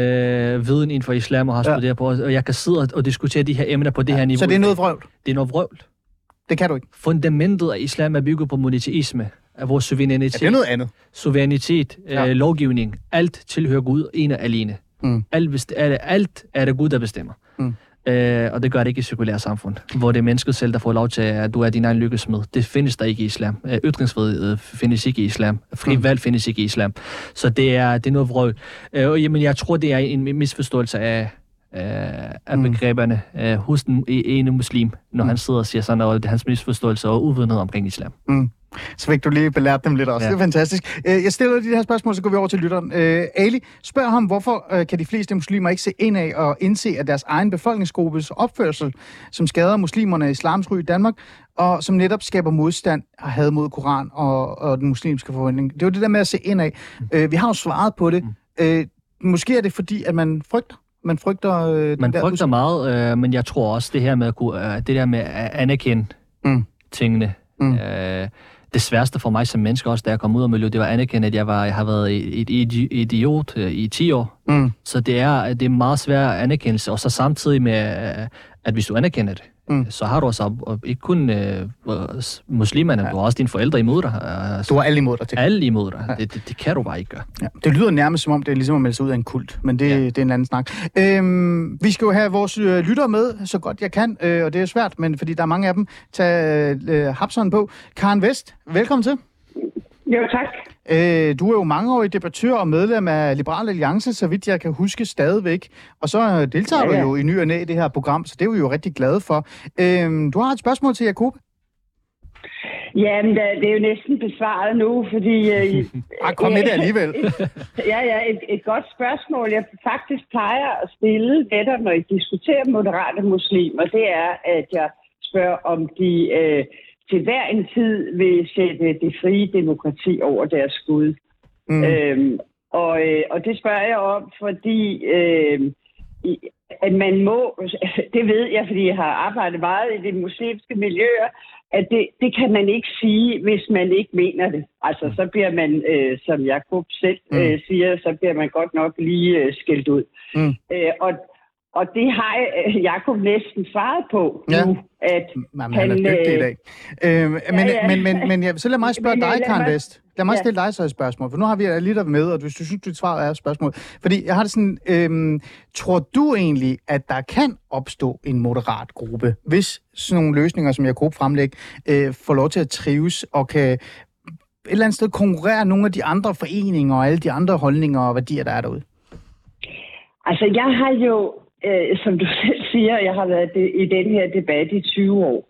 øh, viden inden for islam og har studeret ja. på, og jeg kan sidde og, og diskutere de her emner på det ja, her niveau. Så det er noget vrøvl? Det er noget vrøvl. Det kan du ikke? Fundamentet af islam er bygget på monoteisme, af vores suverænitet. Ja, det er noget andet. Suverænitet, ja. øh, lovgivning, alt tilhører Gud, en og alene. Mm. Alt, best- er det, alt er det Gud, der bestemmer. Mm. Øh, og det gør det ikke i sekulære samfund, hvor det er mennesket selv, der får lov til, at du er din egen lykkesmed. Det findes der ikke i islam. Øh, ytringsfrihed findes ikke i islam. Fri valg findes ikke i islam. Så det er, det er noget vrøvl. Øh, jamen, jeg tror, det er en misforståelse af, af, af begreberne øh, hos den ene muslim, når mm. han sidder og siger sådan, at det er hans misforståelse og uvidenhed omkring islam. Mm. Så fik du lige belært dem lidt også. Ja. Det er fantastisk. Jeg stiller de her spørgsmål, så går vi over til lytteren. Ali, spørg ham, hvorfor kan de fleste muslimer ikke se ind af og indse, at deres egen befolkningsgruppes opførsel, som skader muslimerne i islams ry i Danmark, og som netop skaber modstand og had mod Koran og, og den muslimske forventning. Det er jo det der med at se ind af. Mm. Vi har jo svaret på det. Mm. Måske er det fordi, at man frygter. Man frygter, øh, man der frygter muslim. meget, øh, men jeg tror også, det her med at, kunne, øh, det der med at anerkende mm. tingene, mm. Øh, det sværeste for mig som menneske også, da jeg kom ud af miljøet, det var at anerkende, at jeg, var, jeg har været et, et idiot i ti år. Mm. Så det er, det er meget svært anerkendelse, og så samtidig med, at hvis du anerkender det, mm. så har du også ikke kun uh, muslimerne, ja. Du har også dine forældre imod dig. Du har alle imod dig. Til. Alle imod dig. Ja. Det, det, det kan du bare ikke gøre. Ja. Det lyder nærmest som om, det er ligesom at melde sig ud af en kult, men det, ja. det er en anden snak. Øhm, vi skal jo have vores øh, lyttere med, så godt jeg kan, øh, og det er svært, men fordi der er mange af dem, tag øh, hapseren på. Karen Vest, velkommen til. Jo, tak. Øh, du er jo mangeårig debattør og medlem af Liberal Alliance, så vidt jeg kan huske stadigvæk. Og så deltager ja, ja. du jo i ny og næ i det her program, så det er vi jo rigtig glade for. Øh, du har et spørgsmål til Yacoub? Jamen, det er jo næsten besvaret nu, fordi... Øh, ah, kom med det alligevel. ja, ja, et, et godt spørgsmål, jeg faktisk plejer at stille netop, når jeg diskuterer moderate muslimer, det er, at jeg spørger, om de øh, til hver en tid vil sætte det frie demokrati over deres skud. Mm. Øhm, og, øh, og det spørger jeg om, fordi... Øh, at man må, det ved jeg, fordi jeg har arbejdet meget i de muslimske miljøer, at det, det kan man ikke sige, hvis man ikke mener det. Altså, så bliver man, øh, som Jakob selv øh, mm. siger, så bliver man godt nok lige øh, skældt ud. Mm. Øh, og, og det har Jakob næsten svaret på ja. nu, at Jamen, han er dygtig i dag. Øh, men, ja, ja. men, men, men ja, så lad mig spørge men, dig, Karen Westh. Lad mig ja. stille dig så et spørgsmål, for nu har vi lidt med, og hvis du synes, dit svar er et spørgsmål. Fordi jeg har det sådan, øhm, tror du egentlig, at der kan opstå en moderat gruppe, hvis sådan nogle løsninger, som Jakob fremlægger, øh, får lov til at trives og kan et eller andet sted konkurrere nogle af de andre foreninger og alle de andre holdninger og værdier, der er derude? Altså, jeg har jo, øh, som du selv siger, jeg har været i den her debat i tyve år.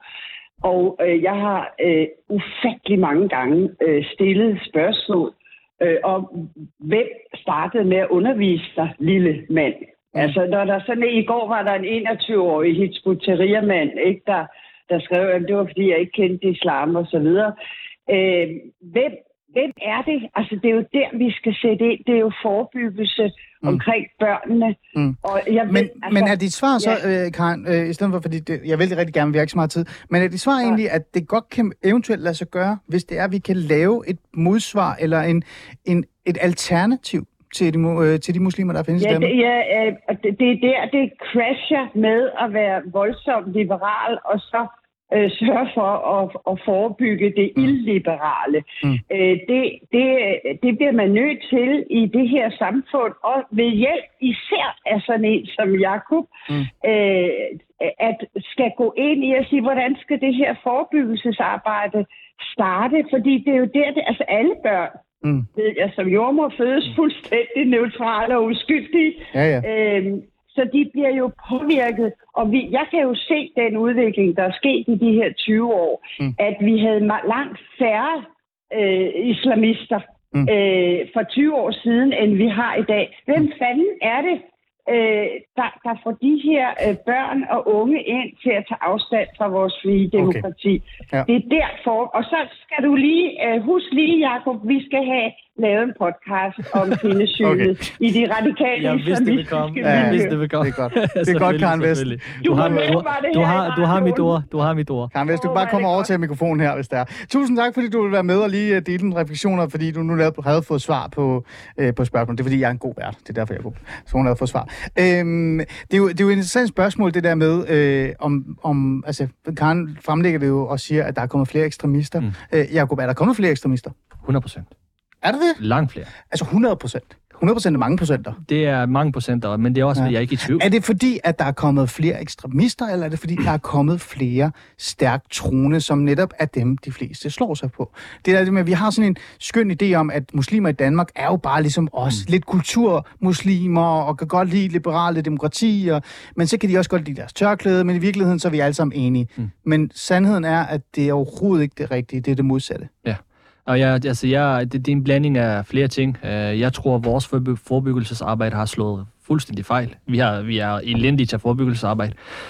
Og øh, jeg har øh, ufattelig mange gange øh, stillet spørgsmål øh, om, hvem startede med at undervise dig, lille mand. Mm. Altså, når der sådan, i går var der en enogtyve-årig Hizb ut-Tahrir-mand, ikke, der, der skrev, at det var, fordi jeg ikke kendte islam og så videre. Øh, hvem, hvem er det? Altså, det er jo der, vi skal sætte ind. Det er jo forebyggelse mm. omkring børnene. Mm. Og jeg ved, men, altså, men er dit svar så, ja. øh, Karen, øh, i stedet for, fordi det, jeg vil rigtig gerne, vi har ikke så meget tid, men er dit svar ja. egentlig, at det godt kan eventuelt lade sig gøre, hvis det er, at vi kan lave et modsvar eller en, en, et alternativ til de, øh, til de muslimer, der findes ja, i Danmark? Det, ja, øh, det, det er der, det crasher med at være voldsomt liberal, og så Øh, sørge for at, at forebygge det mm. illiberale. Mm. Øh, det, det, det bliver man nødt til i det her samfund, og ved hjælp især af sådan en som Jakob, mm. øh, at skal gå ind i at sige, hvordan skal det her forebyggelsesarbejde starte? Fordi det er jo der, det, altså alle børn, mm. ved jeg, som jordmor fødes fuldstændig neutrale og uskyldige. Ja, ja. Øh, Så de bliver jo påvirket, og vi, jeg kan jo se den udvikling, der er sket i de her tyve år, mm. at vi havde langt færre øh, islamister mm. øh, for tyve år siden, end vi har i dag. Hvem mm. fanden er det, øh, der, der får de her øh, børn og unge ind til at tage afstand fra vores frie demokrati? Okay. Ja. Det er derfor. Og så skal du lige, øh, husk lige, Jakob, vi skal have lavet en podcast om kvindesynet okay. i de radikale ja, hvis det vil komme. Ja, hvis det vil komme. Det er godt. Det er godt, Karen Westh. Du har, du, du, har, du har mit ord. Du har mit ord. Karen Westh, du kan bare komme over til mikrofonen her, hvis der er. Tusind tak, fordi du vil være med og lige dele dine refleksioner, fordi du nu havde fået svar på, øh, på spørgsmålet. Det er, fordi jeg er en god vært. Det er derfor, jeg kunne. Så hun havde fået svar. Øhm, det, er jo, det er jo et interessant spørgsmål, det der med, øh, om, om altså, Karen fremlægger det jo og siger, at der er kommet flere ekstremister. Mm. Øh, Jakob, er der kommet flere ekstremister? hundrede procent. Er det det? Langt flere. Altså hundrede procent? hundrede procent er mange procenter? Det er mange procenter, men det er også, ja. jeg er ikke i tvivl. Er det fordi, at der er kommet flere ekstremister, eller er det fordi, der er kommet flere stærkt troende, som netop er dem, de fleste slår sig på? Det er det med, at vi har sådan en skøn idé om, at muslimer i Danmark er jo bare ligesom os, mm. lidt kulturmuslimer, og kan godt lide liberale demokratier, men så kan de også godt lide deres tørklæde, men i virkeligheden så er vi alle sammen enige. Mm. Men sandheden er, at det er overhovedet ikke det rigtige, det er det modsatte. Ja. Og jeg, altså jeg, det, det er en blanding af flere ting. Jeg tror, at vores forebyggelsesarbejde har slået fuldstændig fejl. Vi, har, vi er elendige til forebyggelsesarbejde,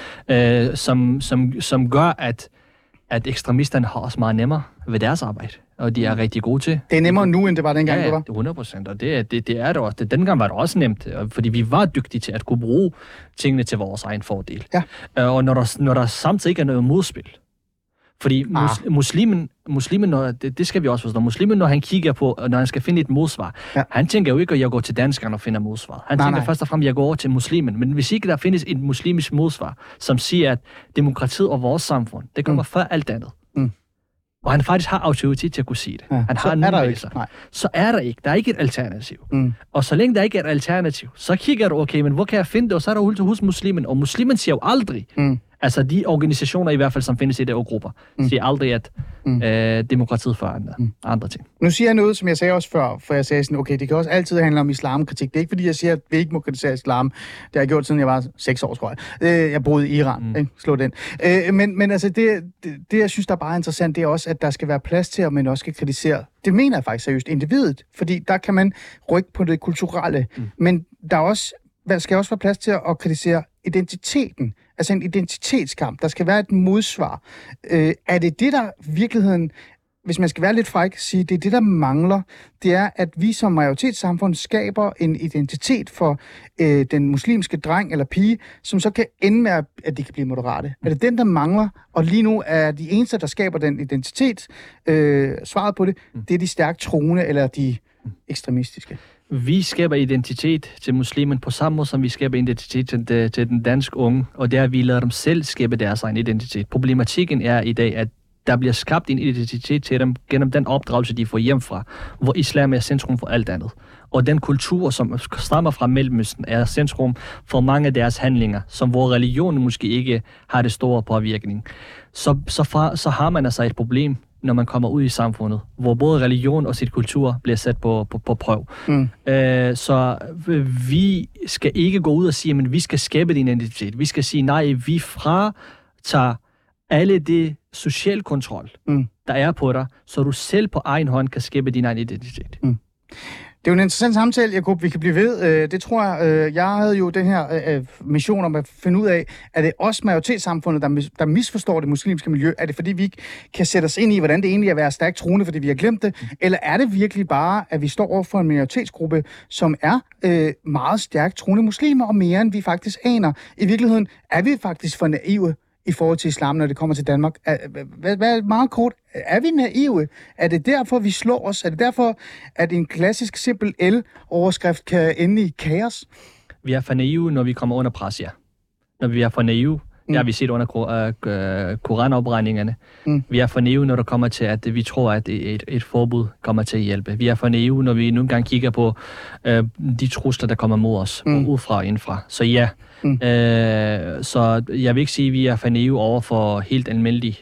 øh, som, som, som gør, at, at ekstremisterne har også meget nemmere ved deres arbejde, og de er rigtig gode til. Det er nemmere nu, end det var dengang, ja, det var? Ja, hundrede procent, og det, det, det er det også. Det, dengang var det også nemt, fordi vi var dygtige til at kunne bruge tingene til vores egen fordel. Ja. Og når der, når der samtidig ikke er noget modspil, fordi mus, ah. muslimen, muslimen når, det, det skal vi også forstå, muslimen, når han kigger på, når han skal finde et modsvar, ja. han tænker jo ikke, at jeg går til danskeren og finder modsvar. Han nej, tænker nej. først og fremmest, at jeg går over til muslimen. Men hvis ikke der findes et muslimisk modsvar, som siger, at demokratiet og vores samfund, det kommer mm. før alt andet. Mm. Og han faktisk har autoritet til at kunne sige det. Ja. Han har en mulighed. Så er der ikke. Der er ikke et alternativ. Mm. Og så længe der ikke er et alternativ, så kigger du, okay, men hvor kan jeg finde det? Og så er der hullet hos muslimen. Og muslimen siger jo aldrig, mm. altså de organisationer i hvert fald, som findes i de grupper, mm. siger aldrig, at mm. øh, demokratiet for andre, mm. andre ting. Nu siger jeg noget, som jeg sagde også før, for jeg sagde sådan, okay, det kan også altid handle om islamkritik. Det er ikke, fordi jeg siger, at vi ikke må kritisere islam. Det har jeg gjort, siden jeg var seks år, tror jeg. Jeg boede i Iran, mm. ikke? Slå den. Men, men altså, det, det, det, jeg synes, der er bare interessant, det er også, at der skal være plads til, at man også skal kritisere. Det mener jeg faktisk seriøst, individet. Fordi der kan man rykke på det kulturelle. Mm. Men der er også, der skal også være plads til at kritisere identiteten. Altså en identitetskamp. Der skal være et modsvar. Øh, er det det, der virkeligheden, hvis man skal være lidt fræk, sige, det er det, der mangler, det er, at vi som majoritetssamfund skaber en identitet for øh, den muslimske dreng eller pige, som så kan ende med, at de kan blive moderate. Mm. Er det den, der mangler? Og lige nu er de eneste, der skaber den identitet, øh, svaret på det, mm. det er de stærkt troende eller de ekstremistiske. Vi skaber identitet til muslimen på samme måde, som vi skaber identitet til, til den danske unge, og det er, at vi lader dem selv skabe deres egen identitet. Problematikken er i dag, at der bliver skabt en identitet til dem gennem den opdragelse, de får hjemmefra, hvor islam er centrum for alt andet. Og den kultur, som stammer fra Mellemøsten, er centrum for mange af deres handlinger, som hvor religionen måske ikke har det store påvirkning. Så, så, fra, så har man altså et problem, når man kommer ud i samfundet, hvor både religion og sit kultur bliver sat på, på, på prøv. Mm. Øh, så vi skal ikke gå ud og sige, at vi skal skabe din identitet. Vi skal sige, nej, vi fratager alle det social kontrol, mm. der er på dig, så du selv på egen hånd kan skabe din egen identitet. Mm. Det er jo en interessant samtale, Jacob, vi kan blive ved. Det tror jeg, jeg havde jo den her mission om at finde ud af, er det os majoritetssamfundet, der misforstår det muslimske miljø? Er det fordi, vi ikke kan sætte os ind i, hvordan det egentlig er at være stærkt troende, fordi vi har glemt det? Eller er det virkelig bare, at vi står over for en minoritetsgruppe, som er øh, meget stærkt troende muslimer, og mere end vi faktisk aner? I virkeligheden er vi faktisk for naive i forhold til islam, når det kommer til Danmark. Hvad er meget kort? Er vi naive? Er det derfor, vi slår os? Er det derfor, at en klassisk simpel L-overskrift kan ende i kaos? Vi er for naive, når vi kommer under pres, ja. Når vi er for naive, mm. det har vi set under uh, koranopbrændingerne. Mm. Vi er for naive, når det kommer til, at vi tror, at et, et forbud kommer til at hjælpe. Vi er for naive, når vi nogle gange kigger på uh, de trusler, der kommer mod os, mm. udefra og indfra. Så ja, mm. uh, så jeg vil ikke sige, at vi er for naive over for helt almindelige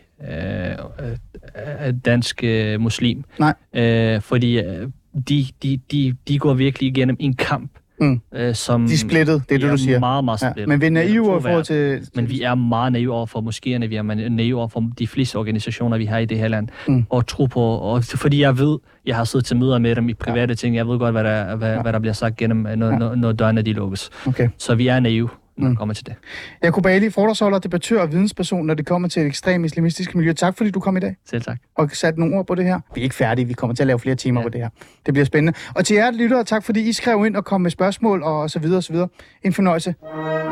uh, dansk uh, muslim. Nej. Uh, fordi uh, de, de, de, de går virkelig igennem en kamp. Mm. Øh, som de er splittet, det er det, du siger. Meget, meget splittet. Ja, men vi er naive over forhold til... Men vi er meget naive over for moskéerne, vi er naive over for de fleste organisationer, vi har i det her land. Mm. Og tro på, og fordi jeg ved, jeg har siddet til møder med dem i private ja. ting, jeg ved godt, hvad der, hvad, ja. hvad der bliver sagt gennem, når, ja. når, når dørene de lukkes. Okay. Så vi er naive, når det kommer til det. Jacob Ali, foredragsholder, debattør og vidensperson, når det kommer til et ekstremt islamistisk miljø. Tak fordi du kom i dag. Selv tak. Og satte nogle ord på det her. Vi er ikke færdige, vi kommer til at lave flere timer ja. på det her. Det bliver spændende. Og til jer lyttere, tak fordi I skrev ind og kom med spørgsmål og så videre og så videre. En fornøjelse.